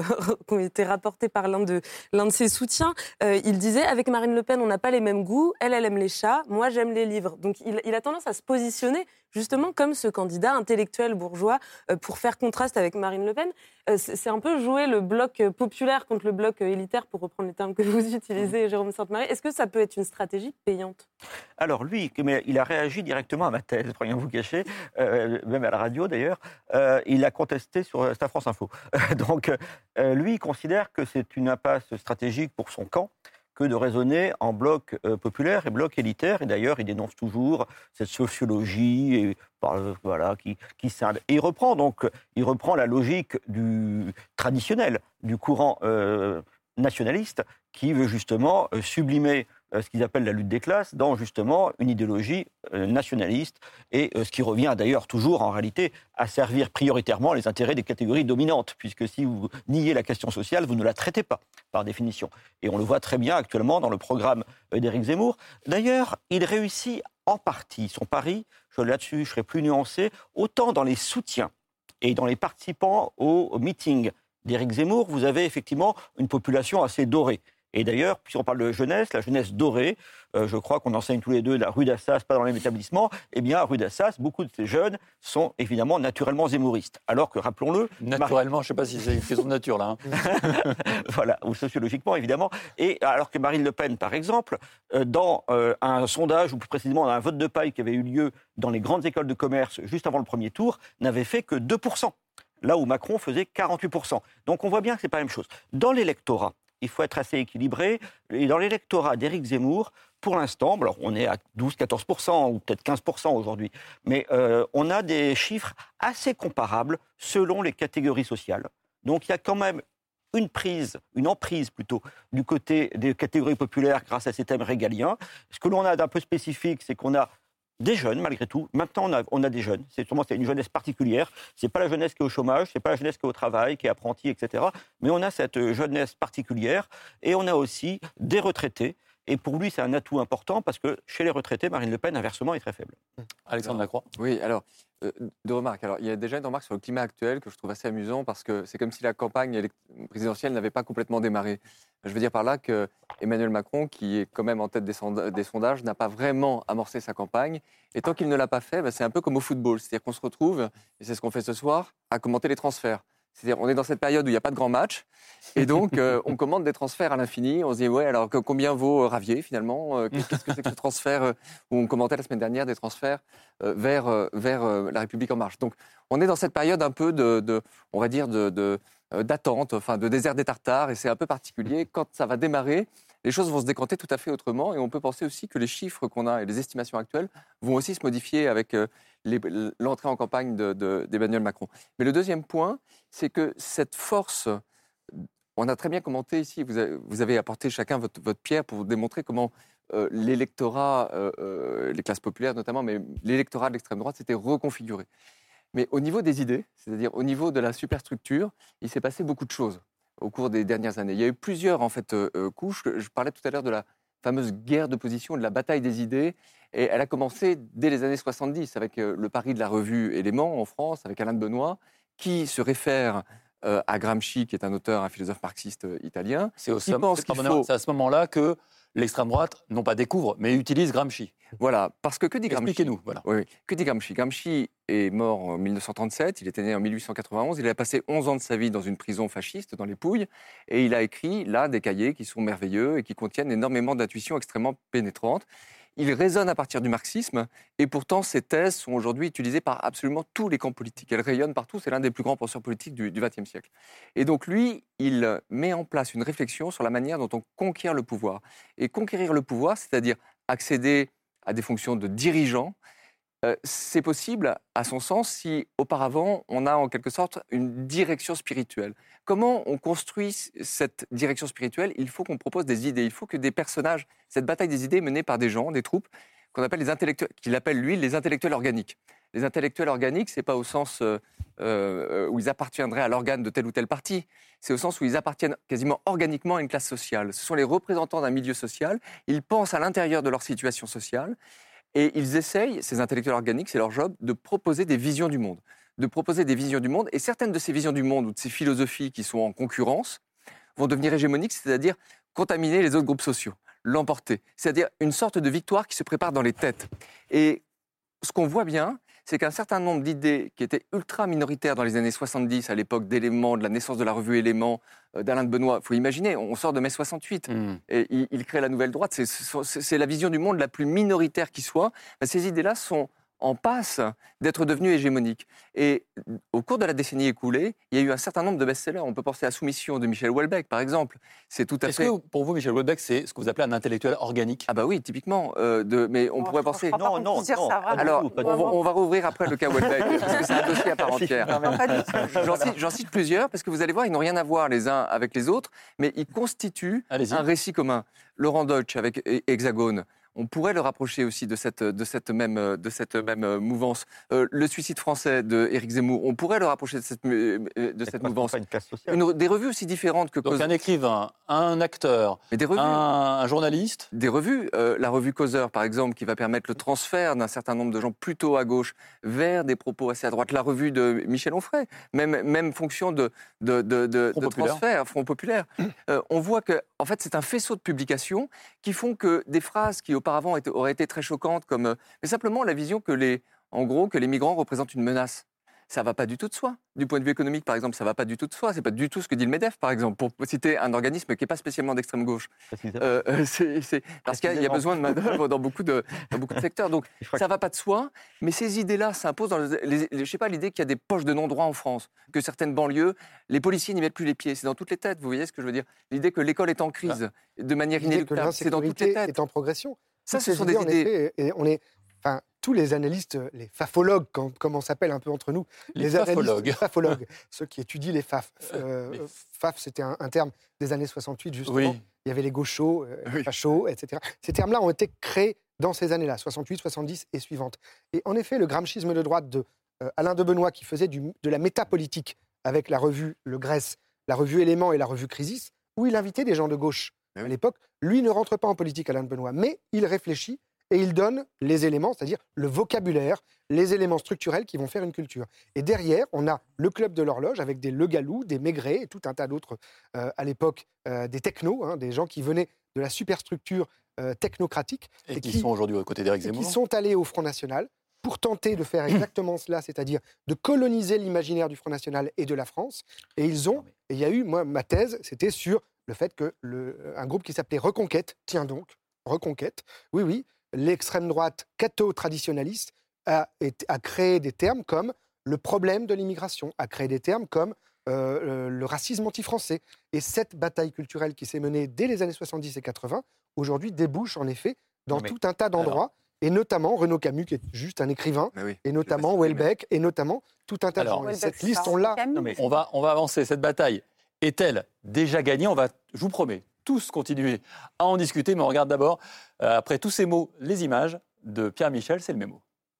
été rapportés par l'un de ses soutiens. Il disait, avec Marine Le Pen, on n'a pas les mêmes goûts, elle aime les chats, moi j'aime les livres. Donc il a tendance à se positionner justement comme ce candidat intellectuel bourgeois pour faire contraste avec Marine Le Pen. C'est un peu jouer le bloc populaire contre le bloc élitaire, pour reprendre les termes que vous utilisez, Jérôme Sainte-Marie. Est-ce que ça peut être une stratégie payante ? Alors lui, il a réagi directement à ma thèse, pour rien vous cacher, même à la radio d'ailleurs. Il a contesté sur France Info. Donc lui, il considère que c'est une impasse stratégique pour son camp que de raisonner en bloc populaire et bloc élitaire. Et d'ailleurs, il dénonce toujours cette sociologie qui scinde. Et il reprend la logique traditionnelle du courant nationaliste qui veut justement sublimer ce qu'ils appellent la lutte des classes dans justement une idéologie nationaliste et ce qui revient d'ailleurs toujours en réalité à servir prioritairement les intérêts des catégories dominantes, puisque si vous niez la question sociale, vous ne la traitez pas par définition. Et on le voit très bien actuellement dans le programme d'Éric Zemmour. D'ailleurs, il réussit en partie son pari, là-dessus je serai plus nuancé, autant dans les soutiens et dans les participants au meeting d'Éric Zemmour, vous avez effectivement une population assez dorée. Et d'ailleurs, puisqu'on parle de jeunesse, la jeunesse dorée, je crois qu'on enseigne tous les deux la rue d'Assas, pas dans les établissements, eh bien, à rue d'Assas, beaucoup de ces jeunes sont évidemment naturellement zémouristes. Alors que, rappelons-le... Naturellement, je ne sais pas si c'est une question de nature, là. Voilà, ou sociologiquement, évidemment. Et alors que Marine Le Pen, par exemple, dans un sondage, ou plus précisément dans un vote de paille qui avait eu lieu dans les grandes écoles de commerce juste avant le premier tour, n'avait fait que 2%, là où Macron faisait 48%. Donc on voit bien que ce n'est pas la même chose. Dans l'électorat, il faut être assez équilibré. Et dans l'électorat d'Éric Zemmour, pour l'instant, alors on est à 12-14% ou peut-être 15% aujourd'hui, mais on a des chiffres assez comparables selon les catégories sociales. Donc il y a quand même une emprise plutôt, du côté des catégories populaires grâce à ces thèmes régaliens. Ce que l'on a d'un peu spécifique, c'est qu'on a des jeunes, malgré tout. Maintenant, on a des jeunes. C'est une jeunesse particulière. Ce n'est pas la jeunesse qui est au chômage, ce n'est pas la jeunesse qui est au travail, qui est apprentie, etc. Mais on a cette jeunesse particulière. Et on a aussi des retraités Et pour lui, c'est un atout important parce que chez les retraités, Marine Le Pen, inversement, est très faible. Alexandre Lacroix. Oui, alors, deux remarques. Alors, il y a déjà une remarque sur le climat actuel que je trouve assez amusant parce que c'est comme si la campagne présidentielle n'avait pas complètement démarré. Je veux dire par là que Emmanuel Macron, qui est quand même en tête des sondages, n'a pas vraiment amorcé sa campagne. Et tant qu'il ne l'a pas fait, c'est un peu comme au football. C'est-à-dire qu'on se retrouve, et c'est ce qu'on fait ce soir, à commenter les transferts. C'est-à-dire on est dans cette période où il n'y a pas de grands matchs, et donc on commande des transferts à l'infini. On se dit, ouais, alors combien vaut Ravier finalement Qu'est-ce que c'est que ce transfert où on commentait la semaine dernière des transferts vers La République En Marche. Donc on est dans cette période un peu on va dire, d'attente, enfin de désert des Tartares, et c'est un peu particulier. Quand ça va démarrer, les choses vont se décanter tout à fait autrement, et on peut penser aussi que les chiffres qu'on a et les estimations actuelles vont aussi se modifier avec l'entrée en campagne d'Emmanuel Macron. Mais le deuxième point, c'est que cette force, on a très bien commenté ici, vous avez apporté chacun votre pierre pour démontrer comment l'électorat, les classes populaires notamment, mais l'électorat de l'extrême droite s'était reconfiguré. Mais au niveau des idées, c'est-à-dire au niveau de la superstructure, il s'est passé beaucoup de choses au cours des dernières années. Il y a eu plusieurs couches. Je parlais tout à l'heure de la fameuse guerre de position, de la bataille des idées. Et elle a commencé dès les années 70 avec le pari de la revue Éléments en France, avec Alain de Benoît, qui se réfère à Gramsci, qui est un auteur, un philosophe marxiste italien. C'est à ce moment-là que l'extrême droite, non pas découvre, mais utilise Gramsci. Voilà, parce que dit Gramsci ? Expliquez-nous. Voilà. Oui, que dit Gramsci ? Gramsci est mort en 1937, il était né en 1891, il a passé 11 ans de sa vie dans une prison fasciste, dans les Pouilles, et il a écrit là des cahiers qui sont merveilleux et qui contiennent énormément d'intuitions extrêmement pénétrantes. Il résonne à partir du marxisme, et pourtant ces thèses sont aujourd'hui utilisées par absolument tous les camps politiques. Elles rayonnent partout, c'est l'un des plus grands penseurs politiques du XXe siècle. Et donc lui, il met en place une réflexion sur la manière dont on conquiert le pouvoir. Et conquérir le pouvoir, c'est-à-dire accéder à des fonctions de dirigeant, c'est possible, à son sens, si auparavant on a en quelque sorte une direction spirituelle. Comment on construit cette direction spirituelle ? Il faut qu'on propose des idées, il faut que des personnages, cette bataille des idées menée par des gens, des troupes, qu'on appelle les intellectuels, qu'il appelle lui les intellectuels organiques. Les intellectuels organiques, c'est pas au sens où ils appartiendraient à l'organe de tel ou tel parti, c'est au sens où ils appartiennent quasiment organiquement à une classe sociale. Ce sont les représentants d'un milieu social, ils pensent à l'intérieur de leur situation sociale, et ils essayent, ces intellectuels organiques, c'est leur job, de proposer des visions du monde. Et certaines de ces visions du monde ou de ces philosophies qui sont en concurrence vont devenir hégémoniques, c'est-à-dire contaminer les autres groupes sociaux, l'emporter. C'est-à-dire une sorte de victoire qui se prépare dans les têtes. Et ce qu'on voit bien, c'est qu'un certain nombre d'idées qui étaient ultra minoritaires dans les années 70, à l'époque d'Éléments, de la naissance de la revue Éléments, d'Alain de Benoît, il faut imaginer, on sort de mai 68, et il crée la nouvelle droite, c'est la vision du monde la plus minoritaire qui soit. Ces idées-là sont en passe d'être devenues hégémoniques. Et au cours de la décennie écoulée, il y a eu un certain nombre de best-sellers. On peut penser à Soumission de Michel Houellebecq, par exemple. C'est tout à fait... Est-ce que pour vous, Michel Houellebecq, c'est ce que vous appelez un intellectuel organique ? Ah bah oui, typiquement. Mais on pourrait penser... Non. Alors, on va rouvrir après le cas Houellebecq, parce que c'est un dossier à part entière. J'en cite plusieurs, parce que vous allez voir, ils n'ont rien à voir les uns avec les autres, mais ils constituent un récit commun. Laurent Deutsch avec Hexagone. On pourrait le rapprocher aussi de cette même mouvance. Le suicide français d'Éric Zemmour, on pourrait le rapprocher de cette mouvance. Une classe sociale. Des revues aussi différentes que... Donc un écrivain, un acteur, un journaliste. Des revues, la revue Causeur par exemple, qui va permettre le transfert d'un certain nombre de gens plutôt à gauche vers des propos assez à droite. La revue de Michel Onfray, même fonction de transfert, Front Populaire. On voit que en fait, c'est un faisceau de publications qui font que des phrases qui auparavant auraient été très choquantes, comme mais simplement la vision que les migrants représentent une menace. Ça ne va pas du tout de soi. Du point de vue économique, par exemple, ça ne va pas du tout de soi. Ce n'est pas du tout ce que dit le MEDEF, par exemple, pour citer un organisme qui n'est pas spécialement d'extrême gauche. Parce qu'il y a besoin de main-d'œuvre dans beaucoup de secteurs. Donc, ça ne va pas de soi, mais ces idées-là s'imposent dans l'idée qu'il y a des poches de non-droit en France, que certaines banlieues, les policiers n'y mettent plus les pieds. C'est dans toutes les têtes, vous voyez ce que je veux dire ? L'idée que l'école est en crise de manière inéluctable, c'est dans toutes les têtes. Est en progression. Ça, ce sont des idées... tous les analystes, les fafologues, comme on s'appelle un peu entre nous, les fafologues, ceux qui étudient les faf. Faf, c'était un terme des années 68, justement. Oui. Il y avait les gauchos, les fachos, etc. Ces termes-là ont été créés dans ces années-là, 68, 70 et suivantes. Et en effet, le gramscisme de droite de Alain de Benoît, qui faisait de la métapolitique avec la revue Le Grèce, la revue Éléments et la revue Crisis, où il invitait des gens de gauche à l'époque. Lui ne rentre pas en politique, Alain Benoît, mais il réfléchit et il donne les éléments, c'est-à-dire le vocabulaire, les éléments structurels qui vont faire une culture. Et derrière, on a le Club de l'Horloge avec des Le Gallou, des Maigret et tout un tas d'autres, à l'époque, des technos, des gens qui venaient de la superstructure technocratique. Et qui sont aujourd'hui aux côtés d'Éric Zemmour. Qui sont allés au Front National pour tenter de faire exactement cela, c'est-à-dire de coloniser l'imaginaire du Front National et de la France. Et il y a eu, moi, ma thèse, c'était sur le fait qu'un groupe qui s'appelait Reconquête, tiens donc, Reconquête, oui, l'extrême droite catho-traditionnaliste a créé des termes comme le problème de l'immigration, a créé des termes comme le racisme anti-français. Et cette bataille culturelle qui s'est menée dès les années 70 et 80, aujourd'hui débouche en effet dans tout un tas d'endroits, et notamment Renaud Camus, qui est juste un écrivain, et notamment Houellebecq, et notamment tout un tas de gens. Et cette liste, on l'a. On va avancer. Cette bataille est-elle déjà gagnée? On va, je vous promets, tous continuer à en discuter, mais on regarde d'abord, après tous ces mots, les images de Pierre Michel, c'est le mémo.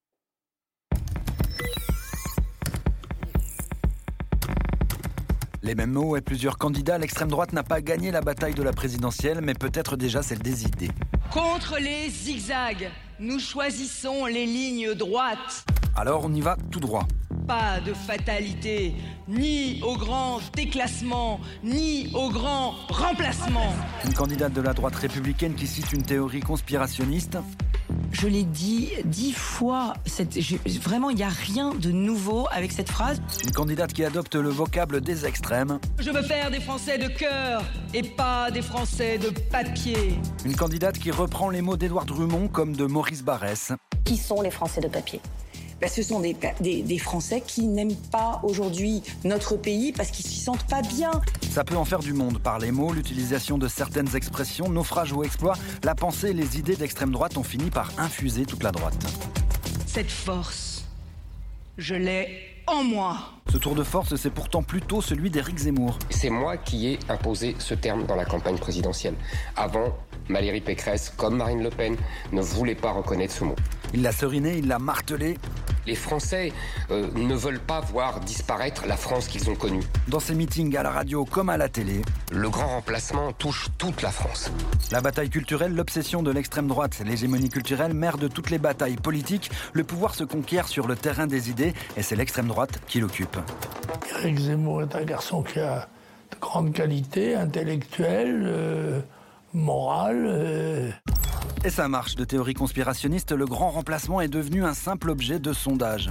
Les mêmes mots et plusieurs candidats, l'extrême droite n'a pas gagné la bataille de la présidentielle, mais peut-être déjà celle des idées. Contre les zigzags, nous choisissons les lignes droites. Alors on y va tout droit. Pas de fatalité, ni au grand déclassement, ni au grand remplacement. Une candidate de la droite républicaine qui cite une théorie conspirationniste. Je l'ai dit 10 fois, vraiment il n'y a rien de nouveau avec cette phrase. Une candidate qui adopte le vocable des extrêmes. Je veux faire des Français de cœur et pas des Français de papier. Une candidate qui reprend les mots d'Édouard Drumont comme de Maurice Barrès. Qui sont les Français de papier ? Ce sont des Français qui n'aiment pas aujourd'hui notre pays parce qu'ils ne s'y sentent pas bien. Ça peut en faire du monde par les mots, l'utilisation de certaines expressions, naufrage ou exploit. La pensée et les idées d'extrême droite ont fini par infuser toute la droite. Cette force, je l'ai en moi. Ce tour de force, c'est pourtant plutôt celui d'Éric Zemmour. C'est moi qui ai imposé ce terme dans la campagne présidentielle. Avant, Valérie Pécresse, comme Marine Le Pen, ne voulaient pas reconnaître ce mot. Il l'a seriné, il l'a martelé. Les Français ne veulent pas voir disparaître la France qu'ils ont connue. Dans ses meetings à la radio comme à la télé, le grand remplacement touche toute la France. La bataille culturelle, l'obsession de l'extrême droite, l'hégémonie culturelle, mère de toutes les batailles politiques. Le pouvoir se conquiert sur le terrain des idées et c'est l'extrême droite qui l'occupe. Éric Zemmour est un garçon qui a de grandes qualités intellectuelles, morales. Et ça marche. De théorie conspirationniste, le grand remplacement est devenu un simple objet de sondage.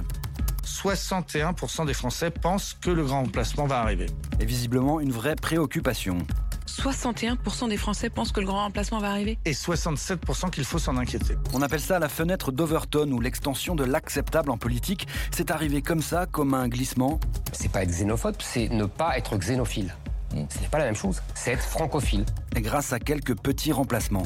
61% des Français pensent que le grand remplacement va arriver. Et visiblement une vraie préoccupation. 61% des Français pensent que le grand remplacement va arriver. Et 67% qu'il faut s'en inquiéter. On appelle ça la fenêtre d'Overton ou l'extension de l'acceptable en politique. C'est arrivé comme ça, comme un glissement. C'est pas être xénophobe, c'est ne pas être xénophile. Ce n'est pas la même chose, c'est être francophile. Et grâce à quelques petits remplacements.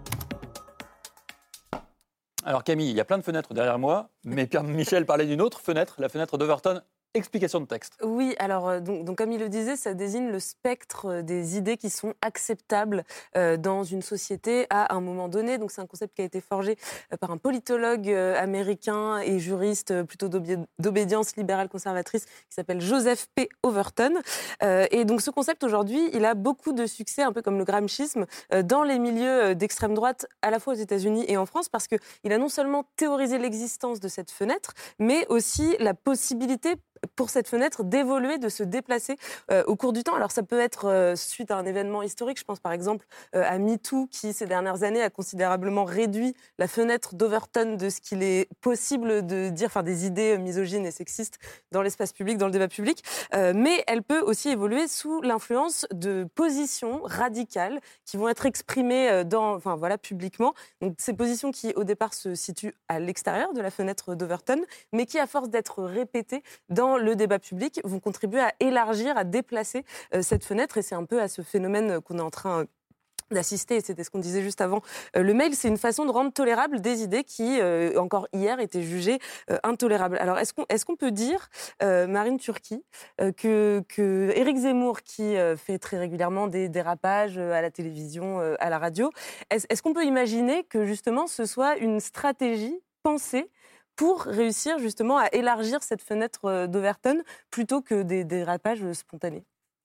Alors Camille, il y a plein de fenêtres derrière moi, mais Pierre Michel parlait d'une autre fenêtre, la fenêtre d'Overton. Explication de texte. Oui, alors donc comme il le disait, ça désigne le spectre des idées qui sont acceptables dans une société à un moment donné. Donc c'est un concept qui a été forgé par un politologue américain et juriste plutôt d'obédience libérale conservatrice qui s'appelle Joseph P. Overton. Et donc ce concept aujourd'hui, il a beaucoup de succès, un peu comme le gramscisme, dans les milieux d'extrême droite, à la fois aux États-Unis et en France, parce qu'il a non seulement théorisé l'existence de cette fenêtre, mais aussi la possibilité pour cette fenêtre d'évoluer, de se déplacer au cours du temps. Alors ça peut être suite à un événement historique, je pense par exemple à MeToo qui ces dernières années a considérablement réduit la fenêtre d'Overton de ce qu'il est possible de dire, enfin des idées misogynes et sexistes dans l'espace public, dans le débat public, mais elle peut aussi évoluer sous l'influence de positions radicales qui vont être exprimées publiquement. Donc ces positions qui au départ se situent à l'extérieur de la fenêtre d'Overton, mais qui à force d'être répétées dans le débat public, vont contribuer à élargir, à déplacer cette fenêtre. Et c'est un peu à ce phénomène qu'on est en train d'assister, et c'était ce qu'on disait juste avant. Le mail, c'est une façon de rendre tolérable des idées qui, encore hier, étaient jugées intolérables. Alors, est-ce qu'on peut dire, Marine Turki, que Éric Zemmour, qui fait très régulièrement des dérapages à la télévision, à la radio, est-ce qu'on peut imaginer que, justement, ce soit une stratégie pensée pour réussir justement à élargir cette fenêtre d'Overton plutôt que des dérapages spontanés?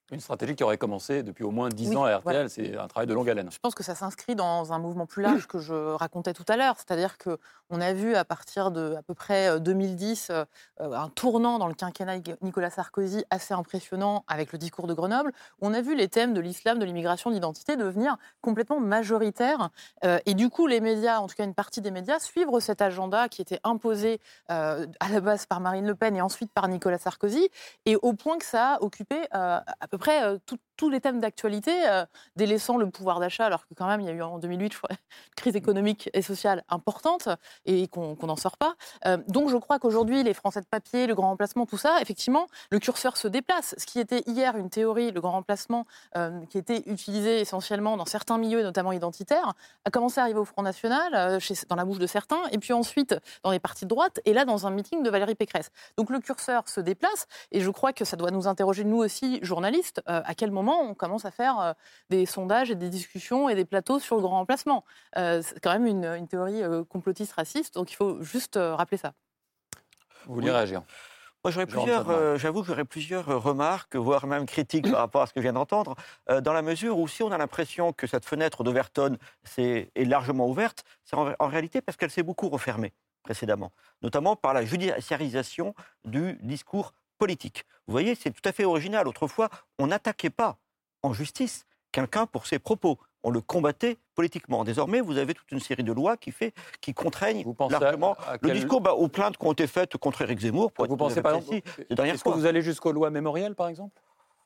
Une stratégie qui aurait commencé depuis au moins 10 ans à RTL, voilà. c'est un travail de longue haleine. Je pense que ça s'inscrit dans un mouvement plus large que je racontais tout à l'heure. C'est-à-dire qu'on a vu à partir de à peu près 2010 un tournant dans le quinquennat Nicolas Sarkozy assez impressionnant avec le discours de Grenoble, où on a vu les thèmes de l'islam, de l'immigration, de l'identité devenir complètement majoritaires. Et du coup, les médias, en tout cas une partie des médias, suivre cet agenda qui était imposé à la base par Marine Le Pen et ensuite par Nicolas Sarkozy, et au point que ça a occupé à peu près tous les thèmes d'actualité, délaissant le pouvoir d'achat, alors que quand même il y a eu en 2008 je crois, une crise économique et sociale importante et qu'on n'en sort pas. Donc je crois qu'aujourd'hui les Français de papier, le grand remplacement, tout ça, effectivement, le curseur se déplace. Ce qui était hier une théorie, le grand remplacement, qui était utilisé essentiellement dans certains milieux, notamment identitaires, a commencé à arriver au Front National, dans la bouche de certains, et puis ensuite dans les partis de droite, et là dans un meeting de Valérie Pécresse. Donc le curseur se déplace, et je crois que ça doit nous interroger, nous aussi, journalistes, à quel moment on commence à faire des sondages et des discussions et des plateaux sur le grand remplacement. C'est quand même une théorie complotiste raciste, donc il faut juste rappeler ça. Vous voulez réagir? Moi, j'avoue que j'aurais plusieurs remarques, voire même critiques par rapport à ce que je viens d'entendre, dans la mesure où si on a l'impression que cette fenêtre d'Overton est largement ouverte, c'est en réalité parce qu'elle s'est beaucoup refermée précédemment, notamment par la judiciarisation du discours politique. Vous voyez, c'est tout à fait original. Autrefois, on n'attaquait pas en justice quelqu'un pour ses propos. On le combattait politiquement. Désormais, vous avez toute une série de lois qui contraignent largement le discours aux plaintes qui ont été faites contre Éric Zemmour. Vous pensez par exemple, est-ce que vous allez jusqu'aux lois mémorielles, par exemple?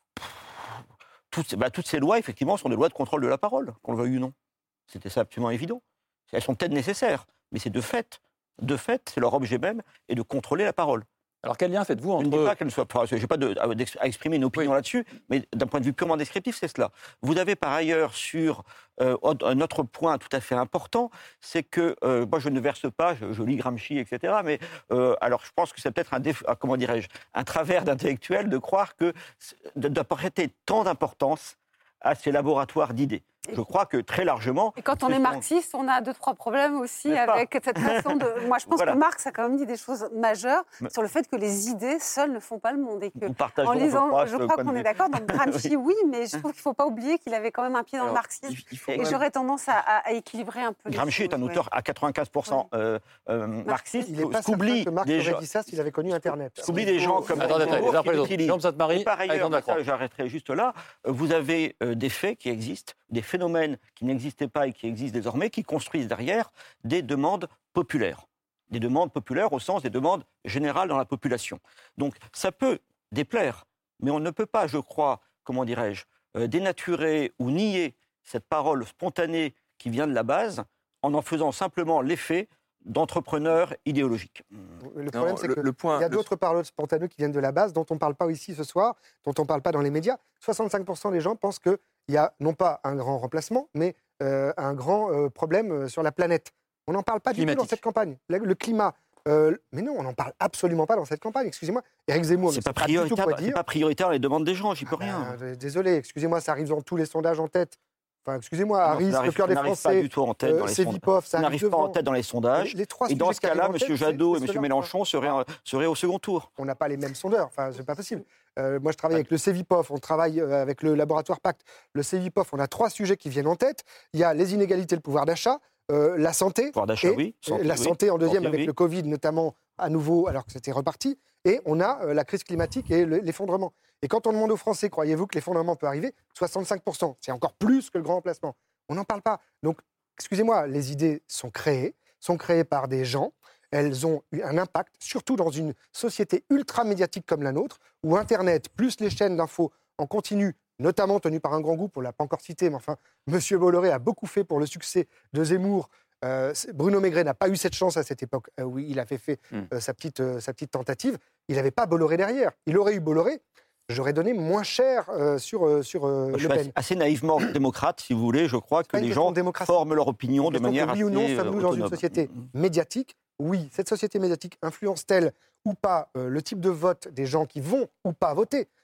Toutes ces lois, effectivement, sont des lois de contrôle de la parole, qu'on le veuille ou non. C'était ça absolument évident. Elles sont peut-être nécessaires, mais c'est de fait, c'est leur objet même, et de contrôler la parole. Alors quel lien faites-vous entre... Je ne dis pas qu'elle ne soit pas... Je n'ai pas à exprimer une opinion là-dessus, mais d'un point de vue purement descriptif, c'est cela. Vous avez par ailleurs sur un autre point tout à fait important, c'est que, moi je ne verse pas, je lis Gramsci, etc., mais alors je pense que c'est peut-être un travers d'intellectuel de croire que d'apporter tant d'importance à ces laboratoires d'idées. Je crois que très largement... Et quand on est marxiste, on a 2-3 problèmes aussi avec cette façon de... Moi, je pense que Marx a quand même dit des choses majeures sur le fait que les idées seules ne font pas le monde. Et que, en lisant, je crois qu'on est d'accord. Donc Gramsci, oui, mais je trouve qu'il ne faut pas oublier qu'il avait quand même un pied dans le marxisme. Et j'aurais tendance à équilibrer un peu Gramsci est un auteur à 95% marxiste. Il n'est pas certain que Marx aurait dit ça s'il avait connu Internet. S'oublie des gens comme... Jean Sainte-Marie, par ailleurs, j'arrêterai juste là, vous avez des faits qui existent, des phénomènes qui n'existaient pas et qui existent désormais, qui construisent derrière des demandes populaires. Des demandes populaires au sens des demandes générales dans la population. Donc ça peut déplaire, mais on ne peut pas, je crois, dénaturer ou nier cette parole spontanée qui vient de la base en faisant simplement l'effet d'entrepreneurs idéologiques. Le problème, c'est qu'il y a d'autres paroles spontanées qui viennent de la base, dont on ne parle pas ici ce soir, dont on ne parle pas dans les médias. 65% des gens pensent qu'il y a non pas un grand remplacement, mais un grand problème sur la planète. On n'en parle pas du tout dans cette campagne. Le climat... mais non, on n'en parle absolument pas dans cette campagne. Excusez-moi, Éric Zemmour, c'est pas prioritaire les demandes des gens, j'y peux rien. Désolé, excusez-moi, ça arrive dans tous les sondages en tête. Enfin, excusez-moi, Harris, le cœur des Français, pas du tout en tête dans les Sevipov, ça n'arrive pas en tête dans les sondages. Et dans ce cas-là, M. Jadot et M. Mélenchon seraient au second tour. On n'a pas les mêmes sondeurs, enfin, c'est pas possible. Moi, je travaille avec le Sevipov, on travaille avec le laboratoire Pacte. Le Sevipov, on a 3 sujets qui viennent en tête. Il y a les inégalités, le pouvoir d'achat, la santé, santé en deuxième avec le Covid notamment à nouveau alors que c'était reparti, et on a la crise climatique et l'effondrement. Et quand on demande aux Français, croyez-vous que l'effondrement peut arriver ? 65%, c'est encore plus que le grand remplacement. On n'en parle pas. Donc, excusez-moi, les idées sont créées par des gens, elles ont eu un impact, surtout dans une société ultra médiatique comme la nôtre, où Internet, plus les chaînes d'infos en continu, notamment tenues par un grand groupe, on ne l'a pas encore cité, mais enfin, M. Bolloré a beaucoup fait pour le succès de Zemmour. Bruno Maigret n'a pas eu cette chance à cette époque où il avait fait sa petite tentative. Il n'avait pas Bolloré derrière. Il aurait eu Bolloré, j'aurais donné moins cher sur Le Pen. Assez naïvement démocrate, si vous voulez. Je crois que les gens forment leur opinion de manière assez autonome. Oui ou non, sommes-nous dans une société médiatique ? Oui. Cette société médiatique influence-t-elle ou pas le type de vote des gens qui vont ou pas voter ?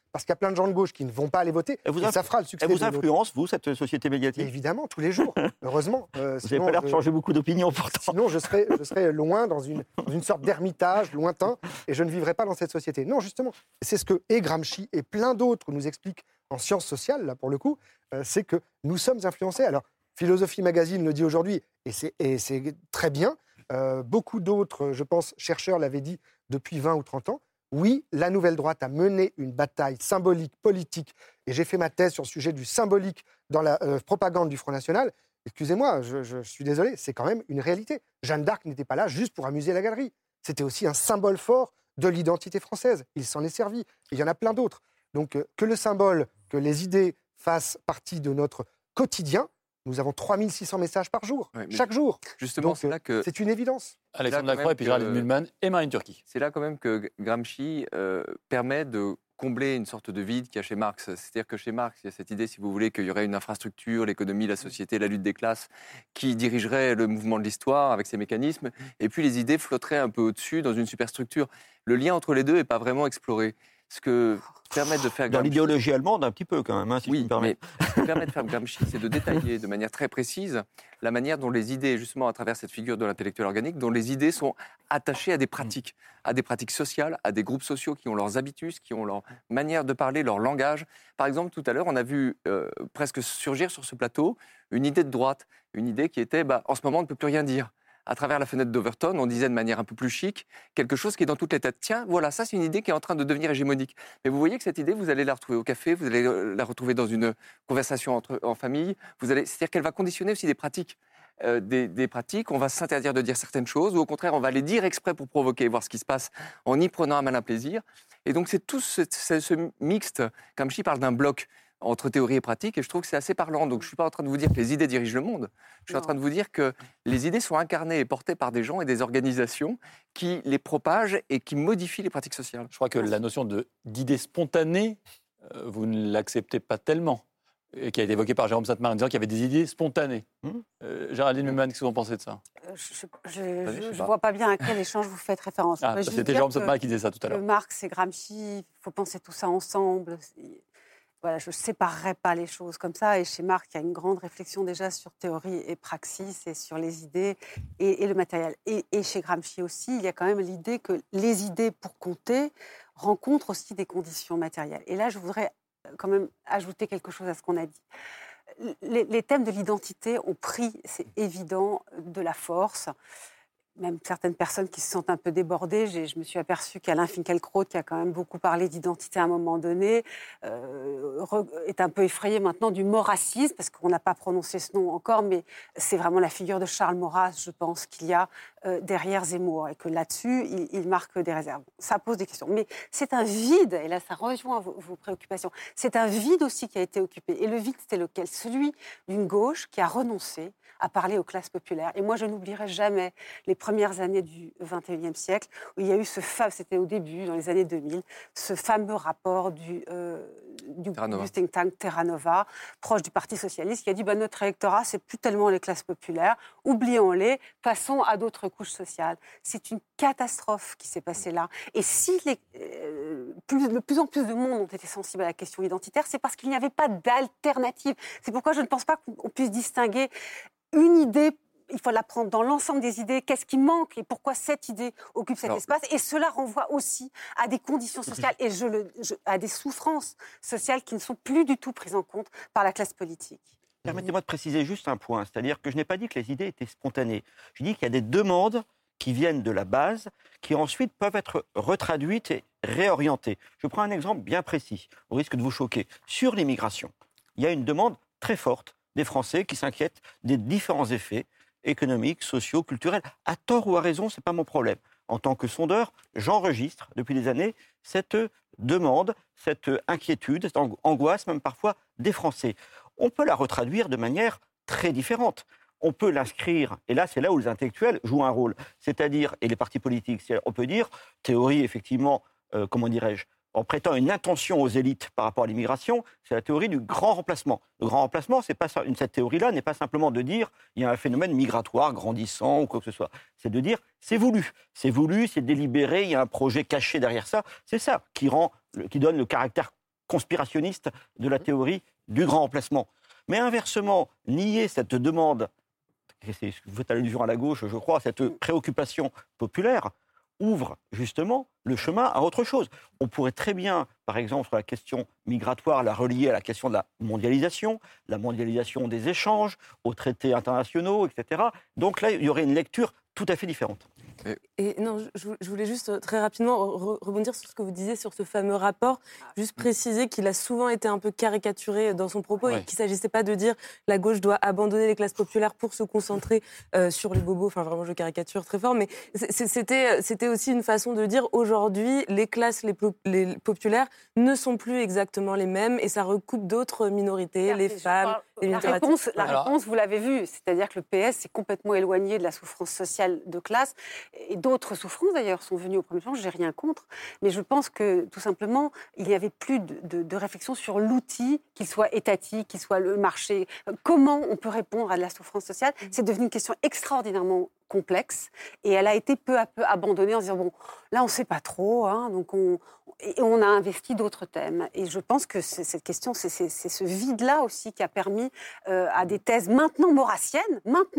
parce qu'il y a plein de gens de gauche qui ne vont pas aller voter, et ça fera le succès. Elle vous influence, vous, cette société médiatique? Évidemment, tous les jours, heureusement. Vous n'avez pas l'air de changer beaucoup d'opinion pourtant. Sinon, je serais loin dans une sorte d'ermitage lointain, et je ne vivrais pas dans cette société. Non, justement, c'est ce que Gramsci et plein d'autres nous expliquent en sciences sociales, là pour le coup, c'est que nous sommes influencés. Alors, Philosophie Magazine le dit aujourd'hui, et c'est très bien. Beaucoup d'autres, je pense, chercheurs l'avaient dit depuis 20 ou 30 ans. Oui, la nouvelle droite a mené une bataille symbolique, politique, et j'ai fait ma thèse sur le sujet du symbolique dans la propagande du Front National. Excusez-moi, je suis désolé, c'est quand même une réalité. Jeanne d'Arc n'était pas là juste pour amuser la galerie. C'était aussi un symbole fort de l'identité française. Il s'en est servi. Il y en a plein d'autres. Donc, que le symbole, que les idées fassent partie de notre quotidien. Nous avons 3600 messages par jour, chaque jour. Justement, c'est là que... C'est une évidence. Alexandre Lacroix, et puis Géraldine Mühlmann et Marine Turki. C'est là quand même que Gramsci permet de combler une sorte de vide qu'il y a chez Marx. C'est-à-dire que chez Marx, il y a cette idée, si vous voulez, qu'il y aurait une infrastructure, l'économie, la société, la lutte des classes, qui dirigerait le mouvement de l'histoire avec ses mécanismes, et puis les idées flotteraient un peu au-dessus dans une superstructure. Le lien entre les deux n'est pas vraiment exploré. Ce que permet de faire Gramsci... Dans l'idéologie allemande, un petit peu quand même, si oui, je me permets. Mais ce que permet de faire Gramsci, c'est de détailler de manière très précise la manière dont les idées, justement à travers cette figure de l'intellectuel organique, dont les idées sont attachées à des pratiques sociales, à des groupes sociaux qui ont leurs habitus, qui ont leur manière de parler, leur langage. Par exemple, tout à l'heure, on a vu presque surgir sur ce plateau une idée de droite, une idée qui était en ce moment, on ne peut plus rien dire. À travers la fenêtre d'Overton, on disait de manière un peu plus chic quelque chose qui est dans toutes les têtes. Tiens, voilà, ça c'est une idée qui est en train de devenir hégémonique. Mais vous voyez que cette idée, vous allez la retrouver au café, vous allez la retrouver dans une conversation en famille. C'est-à-dire qu'elle va conditionner aussi des pratiques. Des pratiques, on va s'interdire de dire certaines choses, ou au contraire, on va les dire exprès pour provoquer, voir ce qui se passe en y prenant un malin plaisir. Et donc c'est tout ce mixte. Gramsci parle d'un bloc entre théorie et pratique, et je trouve que c'est assez parlant. Donc je ne suis pas en train de vous dire que les idées dirigent le monde, je suis en train de vous dire que les idées sont incarnées et portées par des gens et des organisations qui les propagent et qui modifient les pratiques sociales. Je crois que la notion d'idée spontanée, vous ne l'acceptez pas tellement, et qui a été évoquée par Jérôme Sainte-Marie en disant qu'il y avait des idées spontanées. Géraldine Mühlmann, qu'est-ce que vous en pensez de ça? Je ne vois pas bien à quel échange vous faites référence. C'était Jérôme Sainte-Marie qui disait ça tout à l'heure. Marx et Gramsci, il faut penser tout ça ensemble. Voilà, je ne séparerai pas les choses comme ça. Et chez Marx, il y a une grande réflexion déjà sur théorie et praxis et sur les idées et le matériel. Et chez Gramsci aussi, il y a quand même l'idée que les idées, pour compter, rencontrent aussi des conditions matérielles. Et là, je voudrais quand même ajouter quelque chose à ce qu'on a dit. Les thèmes de l'identité ont pris, c'est évident, de la force. Même certaines personnes qui se sentent un peu débordées. Je me suis aperçue qu'Alain Finkielkraut, qui a quand même beaucoup parlé d'identité à un moment donné, est un peu effrayé maintenant du Maurrassisme, parce qu'on n'a pas prononcé ce nom encore, mais c'est vraiment la figure de Charles Maurras, je pense, qu'il y a derrière Zemmour, et que là-dessus, il marque des réserves. Ça pose des questions. Mais c'est un vide, et là, ça rejoint vos préoccupations, c'est un vide aussi qui a été occupé. Et le vide, c'était lequel? Celui d'une gauche qui a renoncé à parler aux classes populaires. Et moi, je n'oublierai jamais les premières années du XXIe siècle, où il y a eu c'était au début, dans les années 2000, ce fameux rapport du think tank Terra Nova, proche du Parti socialiste, qui a dit notre électorat, c'est plus tellement les classes populaires, oublions-les, passons à d'autres couches sociales. C'est une catastrophe qui s'est passée là. Et si de plus en plus de monde ont été sensibles à la question identitaire, c'est parce qu'il n'y avait pas d'alternative. C'est pourquoi je ne pense pas qu'on puisse distinguer une idée. Il faut la prendre dans l'ensemble des idées. Qu'est-ce qui manque et pourquoi cette idée occupe cet espace? Et cela renvoie aussi à des conditions sociales et à des souffrances sociales qui ne sont plus du tout prises en compte par la classe politique. Permettez-moi de préciser juste un point, c'est-à-dire que je n'ai pas dit que les idées étaient spontanées. Je dis qu'il y a des demandes qui viennent de la base, qui ensuite peuvent être retraduites et réorientées. Je prends un exemple bien précis, au risque de vous choquer. Sur l'immigration, il y a une demande très forte des Français qui s'inquiètent des différents effets économiques, sociaux, culturels. À tort ou à raison, ce n'est pas mon problème. En tant que sondeur, j'enregistre depuis des années cette demande, cette inquiétude, cette angoisse même parfois des Français. On peut la retraduire de manière très différente. On peut l'inscrire, et là c'est là où les intellectuels jouent un rôle, c'est-à-dire, et les partis politiques, on peut dire, théorie effectivement, en prêtant une intention aux élites par rapport à l'immigration, c'est la théorie du grand remplacement. Le grand remplacement, cette théorie-là n'est pas simplement de dire il y a un phénomène migratoire grandissant ou quoi que ce soit. C'est de dire c'est voulu, c'est délibéré, il y a un projet caché derrière ça. C'est ça qui donne le caractère conspirationniste de la théorie du grand remplacement. Mais inversement, nier cette demande, c'est ce que vous faites allusion à la gauche, je crois, cette préoccupation populaire, ouvre justement le chemin à autre chose. On pourrait très bien, par exemple, sur la question migratoire, la relier à la question de la mondialisation des échanges, aux traités internationaux, etc. Donc là, il y aurait une lecture tout à fait différente. Et non, je voulais juste très rapidement rebondir sur ce que vous disiez sur ce fameux rapport, juste préciser qu'il a souvent été un peu caricaturé dans son propos et qu'il ne s'agissait pas de dire la gauche doit abandonner les classes populaires pour se concentrer sur les bobos, enfin vraiment je caricature très fort, mais c'était aussi une façon de dire aujourd'hui les classes les populaires ne sont plus exactement les mêmes et ça recoupe d'autres minorités, les femmes, les minorités. La réponse, vous l'avez vu, c'est-à-dire que le PS s'est complètement éloigné de la souffrance sociale de classe. Et d'autres souffrances, d'ailleurs, sont venues au premier plan. Je n'ai rien contre. Mais je pense que, tout simplement, il n'y avait plus de réflexion sur l'outil, qu'il soit étatique, qu'il soit le marché. Comment on peut répondre à de la souffrance sociale ? C'est devenu une question extraordinairement complexe. Et elle a été peu à peu abandonnée en se disant, bon, là, on ne sait pas trop. Donc on a investi d'autres thèmes. Et je pense que cette question, c'est ce vide-là aussi qui a permis à des thèses maintenant maurassiennes,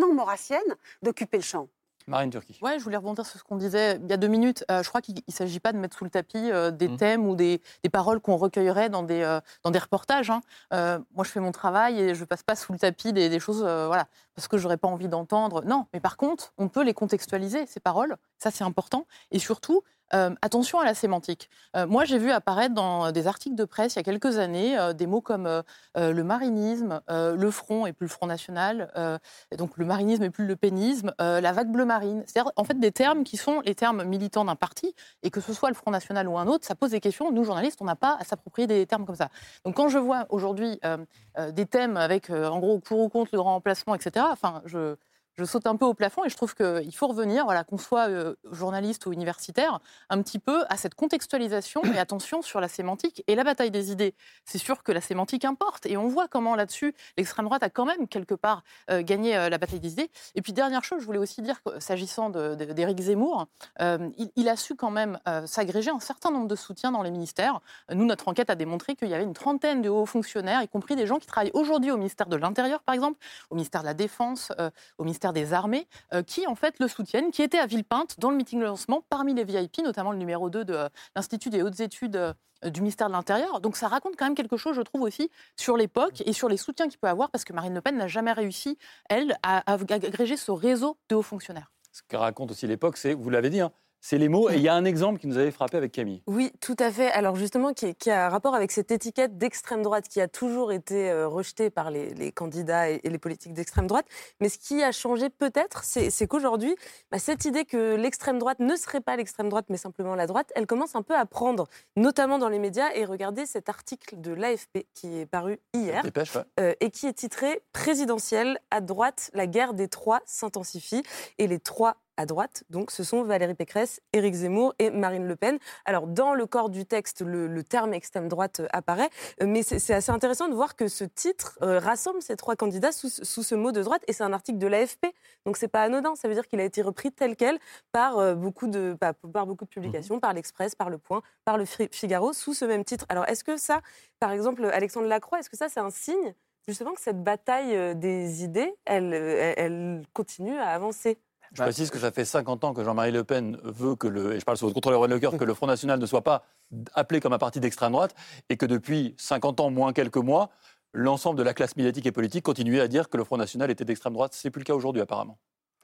d'occuper le champ. Marine Turki. Ouais, je voulais rebondir sur ce qu'on disait il y a 2 minutes. Je crois qu'il ne s'agit pas de mettre sous le tapis des thèmes ou des paroles qu'on recueillerait dans des reportages. Moi, je fais mon travail et je ne passe pas sous le tapis des choses parce que je n'aurais pas envie d'entendre. Non, mais par contre, on peut les contextualiser, ces paroles. Ça, c'est important. Et surtout, attention à la sémantique. Moi, j'ai vu apparaître dans des articles de presse il y a quelques années des mots comme le marinisme, le front et plus le Front National, et donc le marinisme et plus le pénisme, la vague bleu marine. C'est-à-dire, en fait, des termes qui sont les termes militants d'un parti, et que ce soit le Front National ou un autre, ça pose des questions. Nous, journalistes, on n'a pas à s'approprier des termes comme ça. Donc, quand je vois aujourd'hui des thèmes avec, en gros, pour ou contre le grand remplacement, etc., enfin, je saute un peu au plafond et je trouve qu'il faut revenir, qu'on soit journaliste ou universitaire, un petit peu à cette contextualisation et attention sur la sémantique et la bataille des idées. C'est sûr que la sémantique importe et on voit comment là-dessus l'extrême droite a quand même quelque part gagné la bataille des idées. Et puis dernière chose, je voulais aussi dire que s'agissant d'Éric Zemmour, il a su quand même s'agréger un certain nombre de soutiens dans les ministères. Nous, notre enquête a démontré qu'il y avait une trentaine de hauts fonctionnaires, y compris des gens qui travaillent aujourd'hui au ministère de l'Intérieur, par exemple, au ministère de la Défense, au ministère des Armées, qui en fait le soutiennent, qui étaient à Villepinte dans le meeting de lancement parmi les VIP, notamment le numéro 2 de l'Institut des hautes études du ministère de l'Intérieur. Donc ça raconte quand même quelque chose, je trouve aussi, sur l'époque et sur les soutiens qu'il peut avoir, parce que Marine Le Pen n'a jamais réussi, elle, à agréger ce réseau de hauts fonctionnaires. Ce que raconte aussi l'époque, c'est, vous l'avez dit, c'est les mots. Et il y a un exemple qui nous avait frappé avec Camille. Oui, tout à fait. Alors justement, qui a un rapport avec cette étiquette d'extrême droite qui a toujours été rejetée par les candidats et les politiques d'extrême droite. Mais ce qui a changé peut-être, c'est qu'aujourd'hui, cette idée que l'extrême droite ne serait pas l'extrême droite, mais simplement la droite, elle commence un peu à prendre, notamment dans les médias. Et regardez cet article de l'AFP qui est paru hier et qui est titré « Présidentielle, à droite, la guerre des trois s'intensifie ». Et les trois à droite, donc ce sont Valérie Pécresse, Éric Zemmour et Marine Le Pen. Alors dans le corps du texte, le terme extrême droite apparaît, mais c'est assez intéressant de voir que ce titre rassemble ces trois candidats sous ce mot de droite, et c'est un article de l'AFP, donc c'est pas anodin, ça veut dire qu'il a été repris tel quel par beaucoup de publications, par l'Express, par Le Point, par le Figaro, sous ce même titre. Alors est-ce que ça, par exemple, Alexandre Lacroix, est-ce que ça c'est un signe justement que cette bataille des idées, elle continue à avancer ? Je précise que ça fait 50 ans que Jean-Marie Le Pen veut et je parle sous votre contrôle, Erwan Lecoeur, que le Front National ne soit pas appelé comme un parti d'extrême droite, et que depuis 50 ans, moins quelques mois, l'ensemble de la classe médiatique et politique continuait à dire que le Front National était d'extrême droite. Ce n'est plus le cas aujourd'hui, apparemment.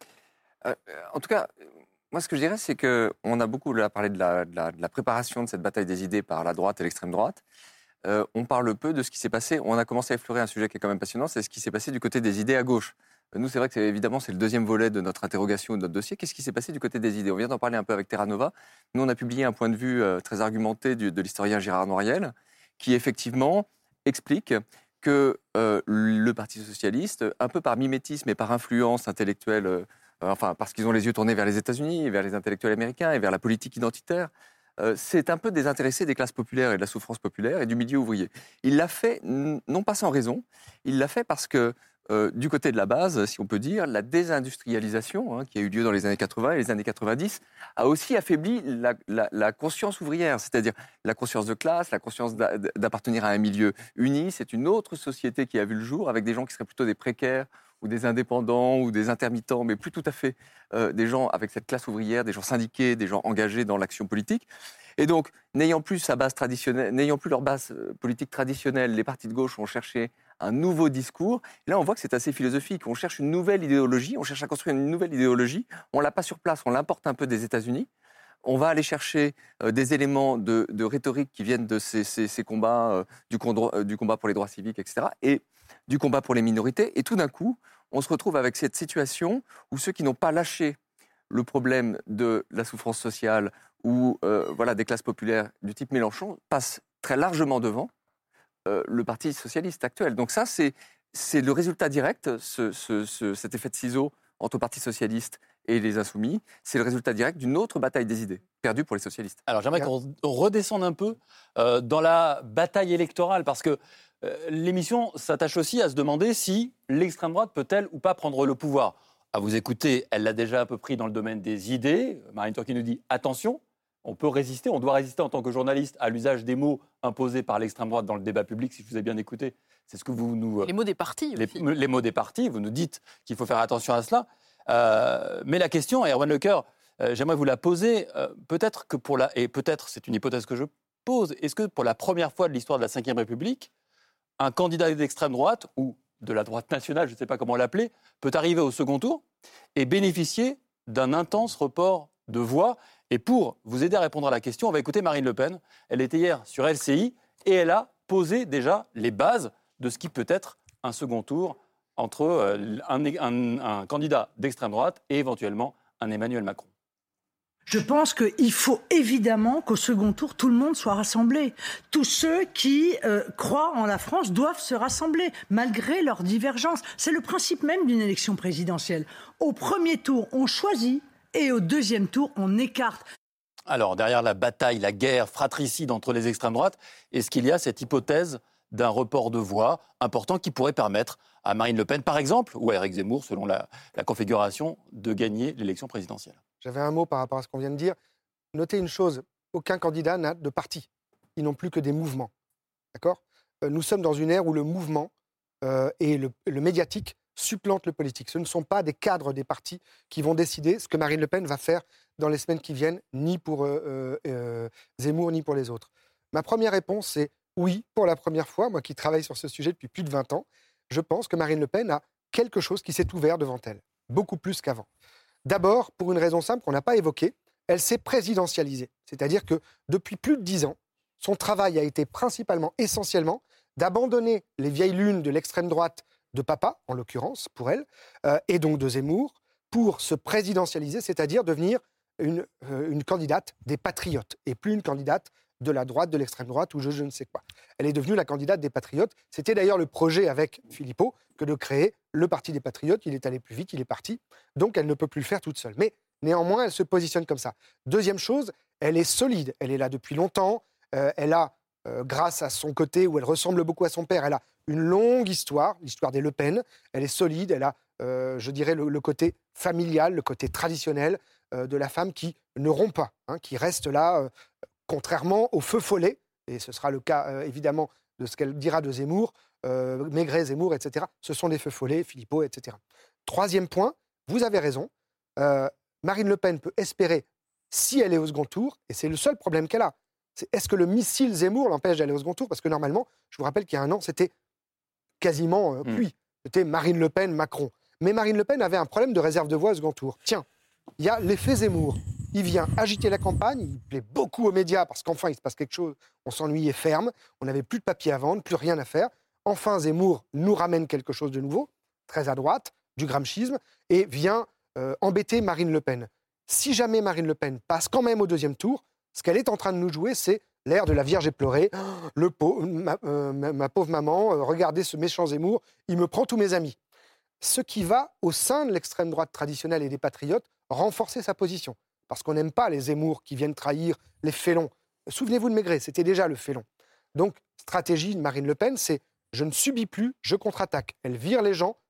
En tout cas, moi, ce que je dirais, c'est qu'on a beaucoup parlé de la préparation de cette bataille des idées par la droite et l'extrême droite. On parle peu de ce qui s'est passé. On a commencé à effleurer un sujet qui est quand même passionnant, c'est ce qui s'est passé du côté des idées à gauche. Nous, c'est vrai que évidemment, c'est le deuxième volet de notre interrogation, de notre dossier. Qu'est-ce qui s'est passé du côté des idées ? On vient d'en parler un peu avec Terra Nova. Nous, on a publié un point de vue très argumenté de l'historien Gérard Noiriel, qui effectivement explique que le Parti socialiste, un peu par mimétisme et par influence intellectuelle, parce qu'ils ont les yeux tournés vers les États-Unis, vers les intellectuels américains et vers la politique identitaire, c'est un peu désintéressé des classes populaires et de la souffrance populaire et du milieu ouvrier. Il l'a fait, non pas sans raison, il l'a fait parce que du côté de la base, si on peut dire, la désindustrialisation qui a eu lieu dans les années 80 et les années 90 a aussi affaibli la conscience ouvrière, c'est-à-dire la conscience de classe, la conscience d'appartenir à un milieu uni. C'est une autre société qui a vu le jour avec des gens qui seraient plutôt des précaires ou des indépendants ou des intermittents, mais plus tout à fait des gens avec cette classe ouvrière, des gens syndiqués, des gens engagés dans l'action politique. Et donc, n'ayant plus leur base politique traditionnelle, les partis de gauche ont cherché un nouveau discours. Et là, on voit que c'est assez philosophique. On cherche une nouvelle idéologie, on cherche à construire une nouvelle idéologie. On ne l'a pas sur place, on l'importe un peu des États-Unis. On va aller chercher des éléments de rhétorique qui viennent de ces combats, du combat pour les droits civiques, etc., et du combat pour les minorités. Et tout d'un coup, on se retrouve avec cette situation où ceux qui n'ont pas lâché le problème de la souffrance sociale ou des classes populaires du type Mélenchon passent très largement devant le Parti socialiste actuel. Donc ça, c'est le résultat direct, cet effet de ciseau entre le Parti socialiste et les Insoumis. C'est le résultat direct d'une autre bataille des idées, perdue pour les socialistes. Alors j'aimerais qu'on redescende un peu dans la bataille électorale, parce que l'émission s'attache aussi à se demander si l'extrême droite peut-elle ou pas prendre le pouvoir. À vous écouter, elle l'a déjà un peu pris dans le domaine des idées. Marine Turki nous dit attention, on peut résister, on doit résister en tant que journaliste à l'usage des mots imposés par l'extrême droite dans le débat public, si je vous ai bien écouté. C'est ce que vous nous... Les mots des partis aussi. Les mots des partis, vous nous dites qu'il faut faire attention à cela. Mais la question, Erwan Lecoeur, j'aimerais vous la poser, peut-être que et peut-être c'est une hypothèse que je pose, est-ce que pour la première fois de l'histoire de la Ve République, un candidat d'extrême droite, ou de la droite nationale, je ne sais pas comment l'appeler, peut arriver au second tour et bénéficier d'un intense report de voix? Et pour vous aider à répondre à la question, on va écouter Marine Le Pen. Elle était hier sur LCI et elle a posé déjà les bases de ce qui peut être un second tour entre un candidat d'extrême droite et éventuellement un Emmanuel Macron. Je pense qu'il faut évidemment qu'au second tour, tout le monde soit rassemblé. Tous ceux qui croient en la France doivent se rassembler, malgré leurs divergences. C'est le principe même d'une élection présidentielle. Au premier tour, on choisit, et au deuxième tour, on écarte. Alors, derrière la bataille, la guerre fratricide entre les extrêmes droites, est-ce qu'il y a cette hypothèse d'un report de voix important qui pourrait permettre à Marine Le Pen, par exemple, ou à Éric Zemmour, selon la configuration, de gagner l'élection présidentielle? J'avais un mot par rapport à ce qu'on vient de dire. Notez une chose, aucun candidat n'a de parti. Ils n'ont plus que des mouvements. D'accord ? Nous sommes dans une ère où le mouvement et le médiatique supplantent le politique. Ce ne sont pas des cadres des partis qui vont décider ce que Marine Le Pen va faire dans les semaines qui viennent, ni pour Zemmour, ni pour les autres. Ma première réponse, c'est oui, pour la première fois, moi qui travaille sur ce sujet depuis plus de 20 ans, je pense que Marine Le Pen a quelque chose qui s'est ouvert devant elle, beaucoup plus qu'avant. D'abord, pour une raison simple qu'on n'a pas évoquée, elle s'est présidentialisée. C'est-à-dire que depuis plus de 10 ans, son travail a été principalement, essentiellement, d'abandonner les vieilles lunes de l'extrême droite de papa, en l'occurrence, pour elle, et donc de Zemmour, pour se présidentialiser, c'est-à-dire devenir une candidate des patriotes, et plus une candidate de la droite, de l'extrême droite, ou je ne sais quoi. Elle est devenue la candidate des patriotes. C'était d'ailleurs le projet avec Philippot que de créer le Parti des patriotes. Il est allé plus vite, il est parti. Donc elle ne peut plus le faire toute seule. Mais néanmoins, elle se positionne comme ça. Deuxième chose, elle est solide. Elle est là depuis longtemps. Elle a, grâce à son côté où elle ressemble beaucoup à son père, elle a une longue histoire, l'histoire des Le Pen. Elle est solide. Elle a, je dirais, le côté familial, le côté traditionnel de la femme qui ne rompt pas, qui reste là... contrairement au feu follet, et ce sera le cas évidemment de ce qu'elle dira de Zemmour, Maigret, Zemmour, etc. Ce sont des feux follets, Philippot, etc. Troisième point, vous avez raison, Marine Le Pen peut espérer, si elle est au second tour, et c'est le seul problème qu'elle a, c'est est-ce que le missile Zemmour l'empêche d'aller au second tour? Parce que normalement, je vous rappelle qu'il y a un an, c'était quasiment cuit. C'était Marine Le Pen, Macron. Mais Marine Le Pen avait un problème de réserve de voix au second tour. Tiens, il y a l'effet Zemmour. Il vient agiter la campagne, il plaît beaucoup aux médias parce qu'enfin il se passe quelque chose, on s'ennuyait ferme, on n'avait plus de papier à vendre, plus rien à faire. Enfin Zemmour nous ramène quelque chose de nouveau, très à droite, du gramscisme, et vient embêter Marine Le Pen. Si jamais Marine Le Pen passe quand même au deuxième tour, ce qu'elle est en train de nous jouer, c'est l'air de la Vierge éplorée. Ma pauvre maman, regardez ce méchant Zemmour, il me prend tous mes amis. Ce qui va, au sein de l'extrême droite traditionnelle et des patriotes, renforcer sa position. Parce qu'on n'aime pas les Zemmour qui viennent trahir les félons. Souvenez-vous de Maigret, c'était déjà le félon. Donc, stratégie de Marine Le Pen, c'est « je ne subis plus, je contre-attaque ». Elle vire les gens,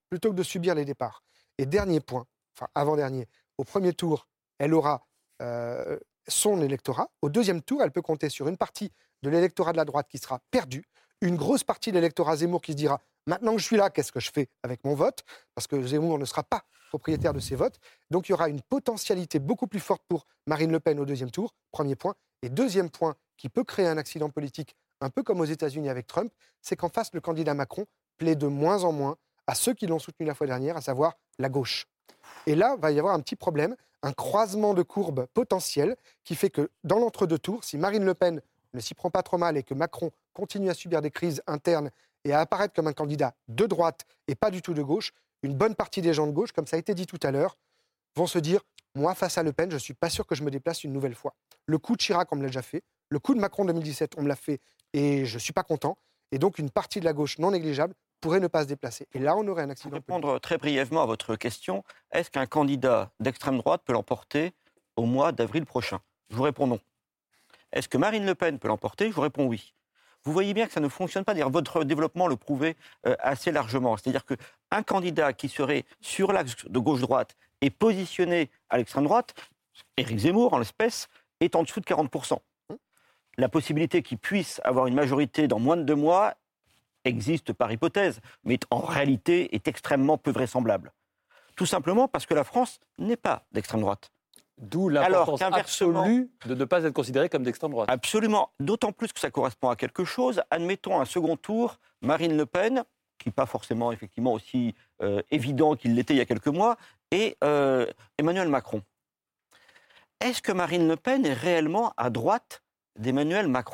plutôt que de subir les départs. Et dernier point, enfin avant-dernier, au premier tour, elle aura son électorat. Au deuxième tour, elle peut compter sur une partie de l'électorat de la droite qui sera perdu, une grosse partie de l'électorat Zemmour qui se dira « Maintenant que je suis là, qu'est-ce que je fais avec mon vote ?» Parce que Zemmour ne sera pas propriétaire de ses votes. Donc il y aura une potentialité beaucoup plus forte pour Marine Le Pen au deuxième tour, premier point. Et deuxième point qui peut créer un accident politique, un peu comme aux États-Unis avec Trump, c'est qu'en face, le candidat Macron plaît de moins en moins à ceux qui l'ont soutenu la fois dernière, à savoir la gauche. Et là, il va y avoir un petit problème, un croisement de courbes potentiel qui fait que dans l'entre-deux tours, si Marine Le Pen ne s'y prend pas trop mal et que Macron continue à subir des crises internes et à apparaître comme un candidat de droite et pas du tout de gauche, une bonne partie des gens de gauche, comme ça a été dit tout à l'heure, vont se dire « Moi, face à Le Pen, je ne suis pas sûr que je me déplace une nouvelle fois. Le coup de Chirac, on me l'a déjà fait. Le coup de Macron 2017, on me l'a fait et je ne suis pas content. Et donc, une partie de la gauche non négligeable pourrait ne pas se déplacer. Et là, on aurait un accident. Pour répondre très brièvement à votre question, est-ce qu'un candidat d'extrême droite peut l'emporter au mois d'avril prochain ? Je vous réponds non. Est-ce que Marine Le Pen peut l'emporter ? Je vous réponds oui. Vous voyez bien que ça ne fonctionne pas. D'ailleurs, votre développement le prouvait assez largement. C'est-à-dire qu'un candidat qui serait sur l'axe de gauche-droite et positionné à l'extrême droite, Éric Zemmour en l'espèce, est en dessous de 40%. La possibilité qu'il puisse avoir une majorité dans moins de 2 mois existe par hypothèse, mais en réalité est extrêmement peu vraisemblable. Tout simplement parce que la France n'est pas d'extrême droite. D'où l'importance absolue de ne pas être considérée comme d'extrême droite. Absolument. D'autant plus que ça correspond à quelque chose. Admettons un second tour, Marine Le Pen, qui n'est pas forcément effectivement aussi évident qu'il l'était il y a quelques mois, et Emmanuel Macron. Est-ce que Marine Le Pen est réellement à droite d'Emmanuel Macron ?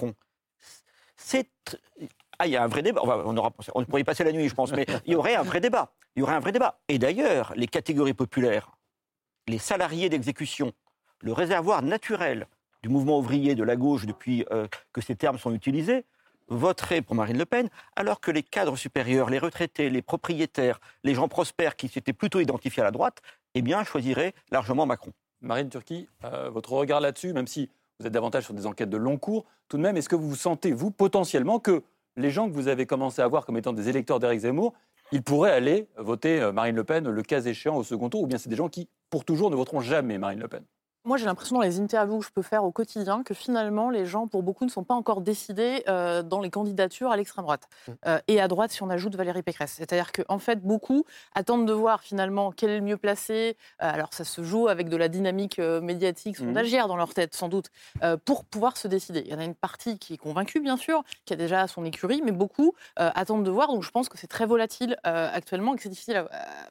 Il y a un vrai débat. On pourrait y passer la nuit, je pense, mais il y aurait un vrai débat. Et d'ailleurs, les catégories populaires, les salariés d'exécution, le réservoir naturel du mouvement ouvrier de la gauche depuis que ces termes sont utilisés, voteraient pour Marine Le Pen, alors que les cadres supérieurs, les retraités, les propriétaires, les gens prospères qui s'étaient plutôt identifiés à la droite, eh bien, choisiraient largement Macron. Marine Turki, votre regard là-dessus, même si vous êtes davantage sur des enquêtes de long cours, tout de même, est-ce que vous sentez, vous, potentiellement, que les gens que vous avez commencé à voir comme étant des électeurs d'Éric Zemmour, ils pourraient aller voter Marine Le Pen le cas échéant au second tour, ou bien c'est des gens qui, pour toujours, ne voteront jamais Marine Le Pen ? Moi, j'ai l'impression dans les interviews que je peux faire au quotidien que finalement, les gens, pour beaucoup, ne sont pas encore décidés dans les candidatures à l'extrême droite. Et à droite, si on ajoute Valérie Pécresse. C'est-à-dire qu'en fait, beaucoup attendent de voir finalement quel est le mieux placé. Alors, ça se joue avec de la dynamique médiatique sondagière dans leur tête, sans doute, pour pouvoir se décider. Il y en a une partie qui est convaincue, bien sûr, qui a déjà son écurie, mais beaucoup attendent de voir. Donc, je pense que c'est très volatile actuellement et que c'est difficile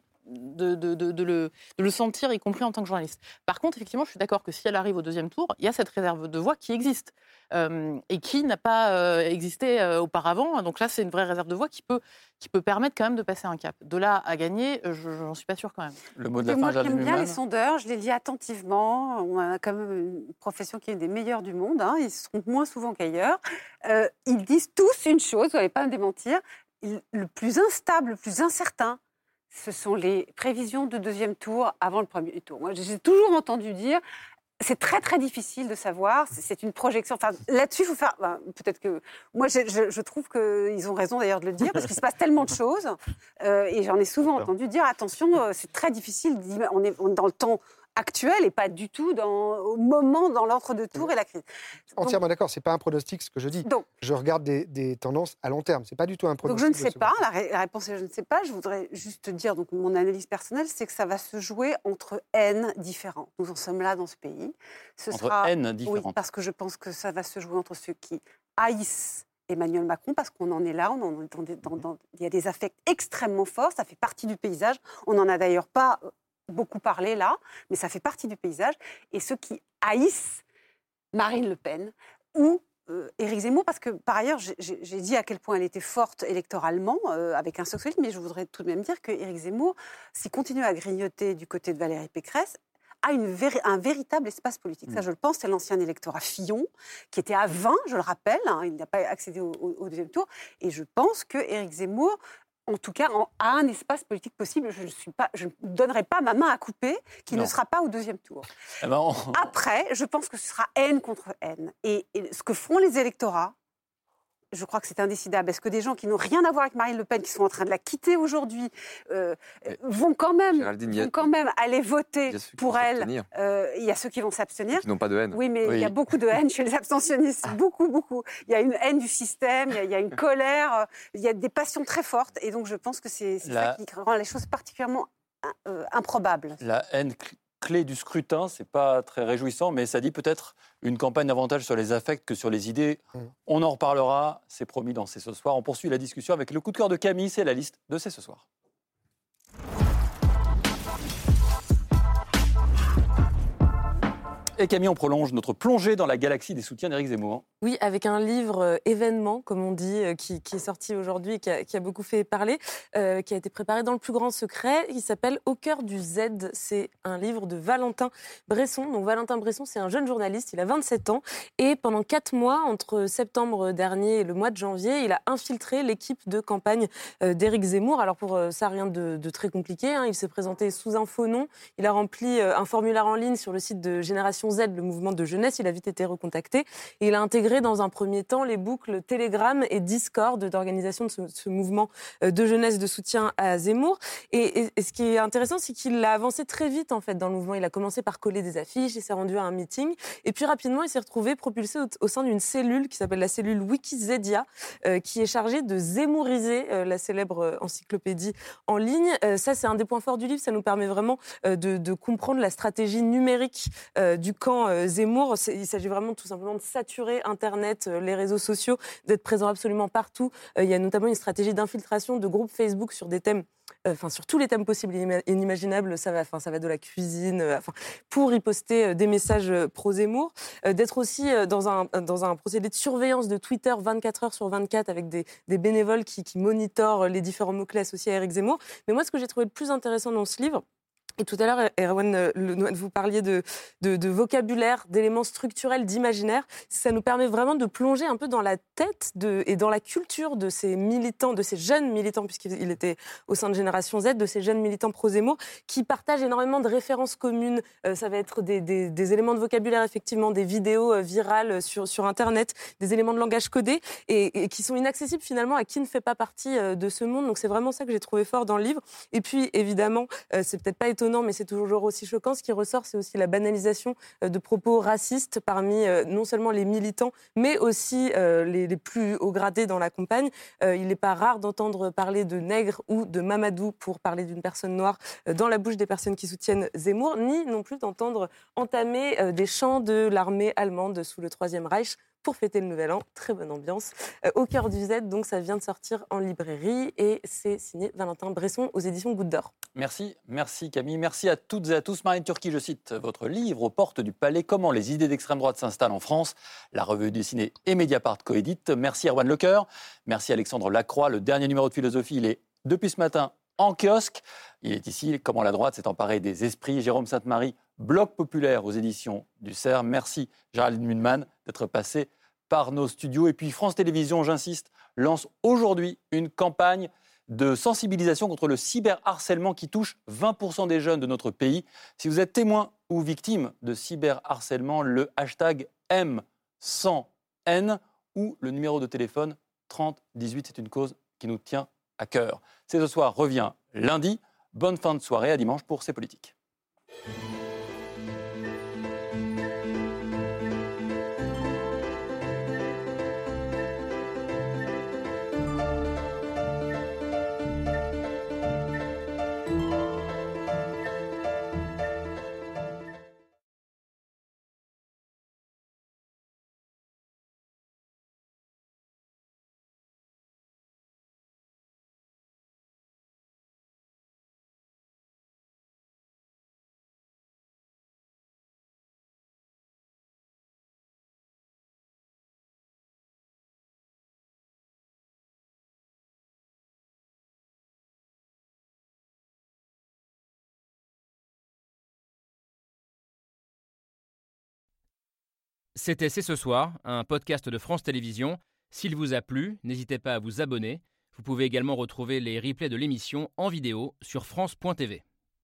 de le sentir, y compris en tant que journaliste. Par contre, effectivement, je suis d'accord que si elle arrive au deuxième tour, il y a cette réserve de voix qui existe et qui n'a pas existé auparavant. Donc là, c'est une vraie réserve de voix qui peut permettre quand même de passer un cap. De là à gagner, je n'en suis pas sûre quand même. Le mot de la fin, moi, j'aime bien les sondeurs, je les lis attentivement. On a quand même une profession qui est une des meilleures du monde. Ils se trompent moins souvent qu'ailleurs. Ils disent tous une chose, vous n'allez pas me démentir, le plus instable, le plus incertain, ce sont les prévisions de deuxième tour avant le premier tour. Moi, j'ai toujours entendu dire, c'est très très difficile de savoir, c'est une projection. Enfin, là-dessus, il faut faire... peut-être que... Moi, je trouve qu'ils ont raison d'ailleurs de le dire, parce qu'il se passe tellement de choses. Et j'en ai souvent entendu dire, attention, c'est très difficile, on est dans le temps actuel et pas du tout au moment dans l'entre-deux tours et la crise. Entièrement d'accord, c'est pas un pronostic ce que je dis. Donc, je regarde des tendances à long terme, c'est pas du tout un pronostic. Donc je ne sais pas, la réponse est je ne sais pas. Je voudrais juste dire, donc mon analyse personnelle, c'est que ça va se jouer entre haines différentes. Nous en sommes là dans ce pays. Haines différentes. Oui, parce que je pense que ça va se jouer entre ceux qui haïssent Emmanuel Macron, parce qu'on en est là, il y a des affects extrêmement forts, ça fait partie du paysage. On n'en a d'ailleurs pas beaucoup parlé là, mais ça fait partie du paysage. Et ceux qui haïssent Marine Le Pen ou Éric Zemmour, parce que par ailleurs, j'ai dit à quel point elle était forte électoralement avec un socialisme, mais je voudrais tout de même dire qu'Éric Zemmour, s'il continue à grignoter du côté de Valérie Pécresse, a un véritable espace politique. Ça, je le pense, c'est l'ancien électorat Fillon, qui était à 20, je le rappelle, il n'a pas accédé au deuxième tour, et je pense qu'Éric Zemmour, en tout cas, a un espace politique possible. Je ne donnerai pas ma main à couper, qui ne sera pas au deuxième tour. Après, je pense que ce sera haine contre haine. Et ce que feront les électorats, je crois que c'est indécidable. Est-ce que des gens qui n'ont rien à voir avec Marine Le Pen, qui sont en train de la quitter aujourd'hui, vont quand même aller voter pour elle? Il y a ceux qui vont s'abstenir. Qui n'ont pas de haine. Oui, mais il y a beaucoup de haine chez les abstentionnistes. Beaucoup. Il y a une haine du système, il y a une colère, il y a des passions très fortes. Et donc, je pense que c'est ça qui rend les choses particulièrement improbables. La haine clé du scrutin, c'est pas très réjouissant, mais ça dit peut-être une campagne davantage sur les affects que sur les idées. On en reparlera, c'est promis dans C'est ce soir. On poursuit la discussion avec le coup de cœur de Camille, c'est la liste de C'est ce soir. Et Camille, on prolonge notre plongée dans la galaxie des soutiens d'Éric Zemmour. Oui, avec un livre événement, comme on dit, qui est sorti aujourd'hui, qui a beaucoup fait parler, qui a été préparé dans le plus grand secret. Il s'appelle Au cœur du Z. C'est un livre de Valentin Bresson. Donc Valentin Bresson, c'est un jeune journaliste, il a 27 ans. Et pendant 4 mois, entre septembre dernier et le mois de janvier, il a infiltré l'équipe de campagne d'Éric Zemmour. Alors pour ça, rien de très compliqué. Il s'est présenté sous un faux nom. Il a rempli un formulaire en ligne sur le site de Génération Z, le mouvement de jeunesse. Il a vite été recontacté. Et il a intégré dans un premier temps les boucles Telegram et Discord d'organisation de ce mouvement de jeunesse de soutien à Zemmour. Et ce qui est intéressant, c'est qu'il a avancé très vite en fait dans le mouvement. Il a commencé par coller des affiches, il s'est rendu à un meeting et puis rapidement il s'est retrouvé propulsé au sein d'une cellule qui s'appelle la cellule Wikizedia, qui est chargée de zemmouriser la célèbre encyclopédie en ligne. Ça, c'est un des points forts du livre. Ça nous permet vraiment de comprendre la stratégie numérique du camp Zemmour. Il s'agit vraiment tout simplement de saturer Internet, les réseaux sociaux, d'être présent absolument partout. Il y a notamment une stratégie d'infiltration de groupes Facebook sur des thèmes, sur tous les thèmes possibles et inimaginables. Ça va de la cuisine, pour y poster des messages pro-Zemmour. D'être aussi dans un procédé de surveillance de Twitter 24 heures sur 24 avec des bénévoles qui monitorent les différents mots-clés associés à Éric Zemmour. Mais moi, ce que j'ai trouvé le plus intéressant dans ce livre, et tout à l'heure, Erwan, vous parliez de vocabulaire, d'éléments structurels, d'imaginaire. Ça nous permet vraiment de plonger un peu dans la tête et dans la culture de ces militants, de ces jeunes militants, puisqu'il était au sein de Génération Z, de ces jeunes militants pro-Zemmour, qui partagent énormément de références communes. Ça va être des éléments de vocabulaire, effectivement, des vidéos virales sur Internet, des éléments de langage codé, et qui sont inaccessibles finalement à qui ne fait pas partie de ce monde. Donc c'est vraiment ça que j'ai trouvé fort dans le livre. Et puis, évidemment, c'est peut-être pas étonnant, mais c'est toujours aussi choquant. Ce qui ressort, c'est aussi la banalisation de propos racistes parmi non seulement les militants, mais aussi les plus haut gradés dans la campagne. Il n'est pas rare d'entendre parler de nègre ou de mamadou pour parler d'une personne noire dans la bouche des personnes qui soutiennent Zemmour, ni non plus d'entendre entamer des chants de l'armée allemande sous le Troisième Reich pour fêter le Nouvel An. Très bonne ambiance. Au cœur du Z, donc ça vient de sortir en librairie et c'est signé Valentin Bresson aux éditions Goutte d'Or. Merci Camille. Merci à toutes et à tous. Marine Turki, je cite votre livre, Aux portes du Palais, comment les idées d'extrême droite s'installent en France. La revue dessinée et Mediapart coédite. Merci Erwan Lecoeur. Merci Alexandre Lacroix. Le dernier numéro de Philosophie, il est depuis ce matin en kiosque. Il est ici, comment la droite s'est emparée des esprits. Jérôme Sainte-Marie, Bloc populaire aux éditions du CERF. Merci Géraldine Mundman d'être passée par nos studios. Et puis France Télévisions, j'insiste, lance aujourd'hui une campagne de sensibilisation contre le cyberharcèlement qui touche 20% des jeunes de notre pays. Si vous êtes témoin ou victime de cyberharcèlement, le hashtag M100N ou le numéro de téléphone 3018, c'est une cause qui nous tient à cœur. C'est ce soir revient lundi. Bonne fin de soirée, à dimanche pour C'est Politique. C'était C'est ce soir, un podcast de France Télévisions. S'il vous a plu, n'hésitez pas à vous abonner. Vous pouvez également retrouver les replays de l'émission en vidéo sur France.tv.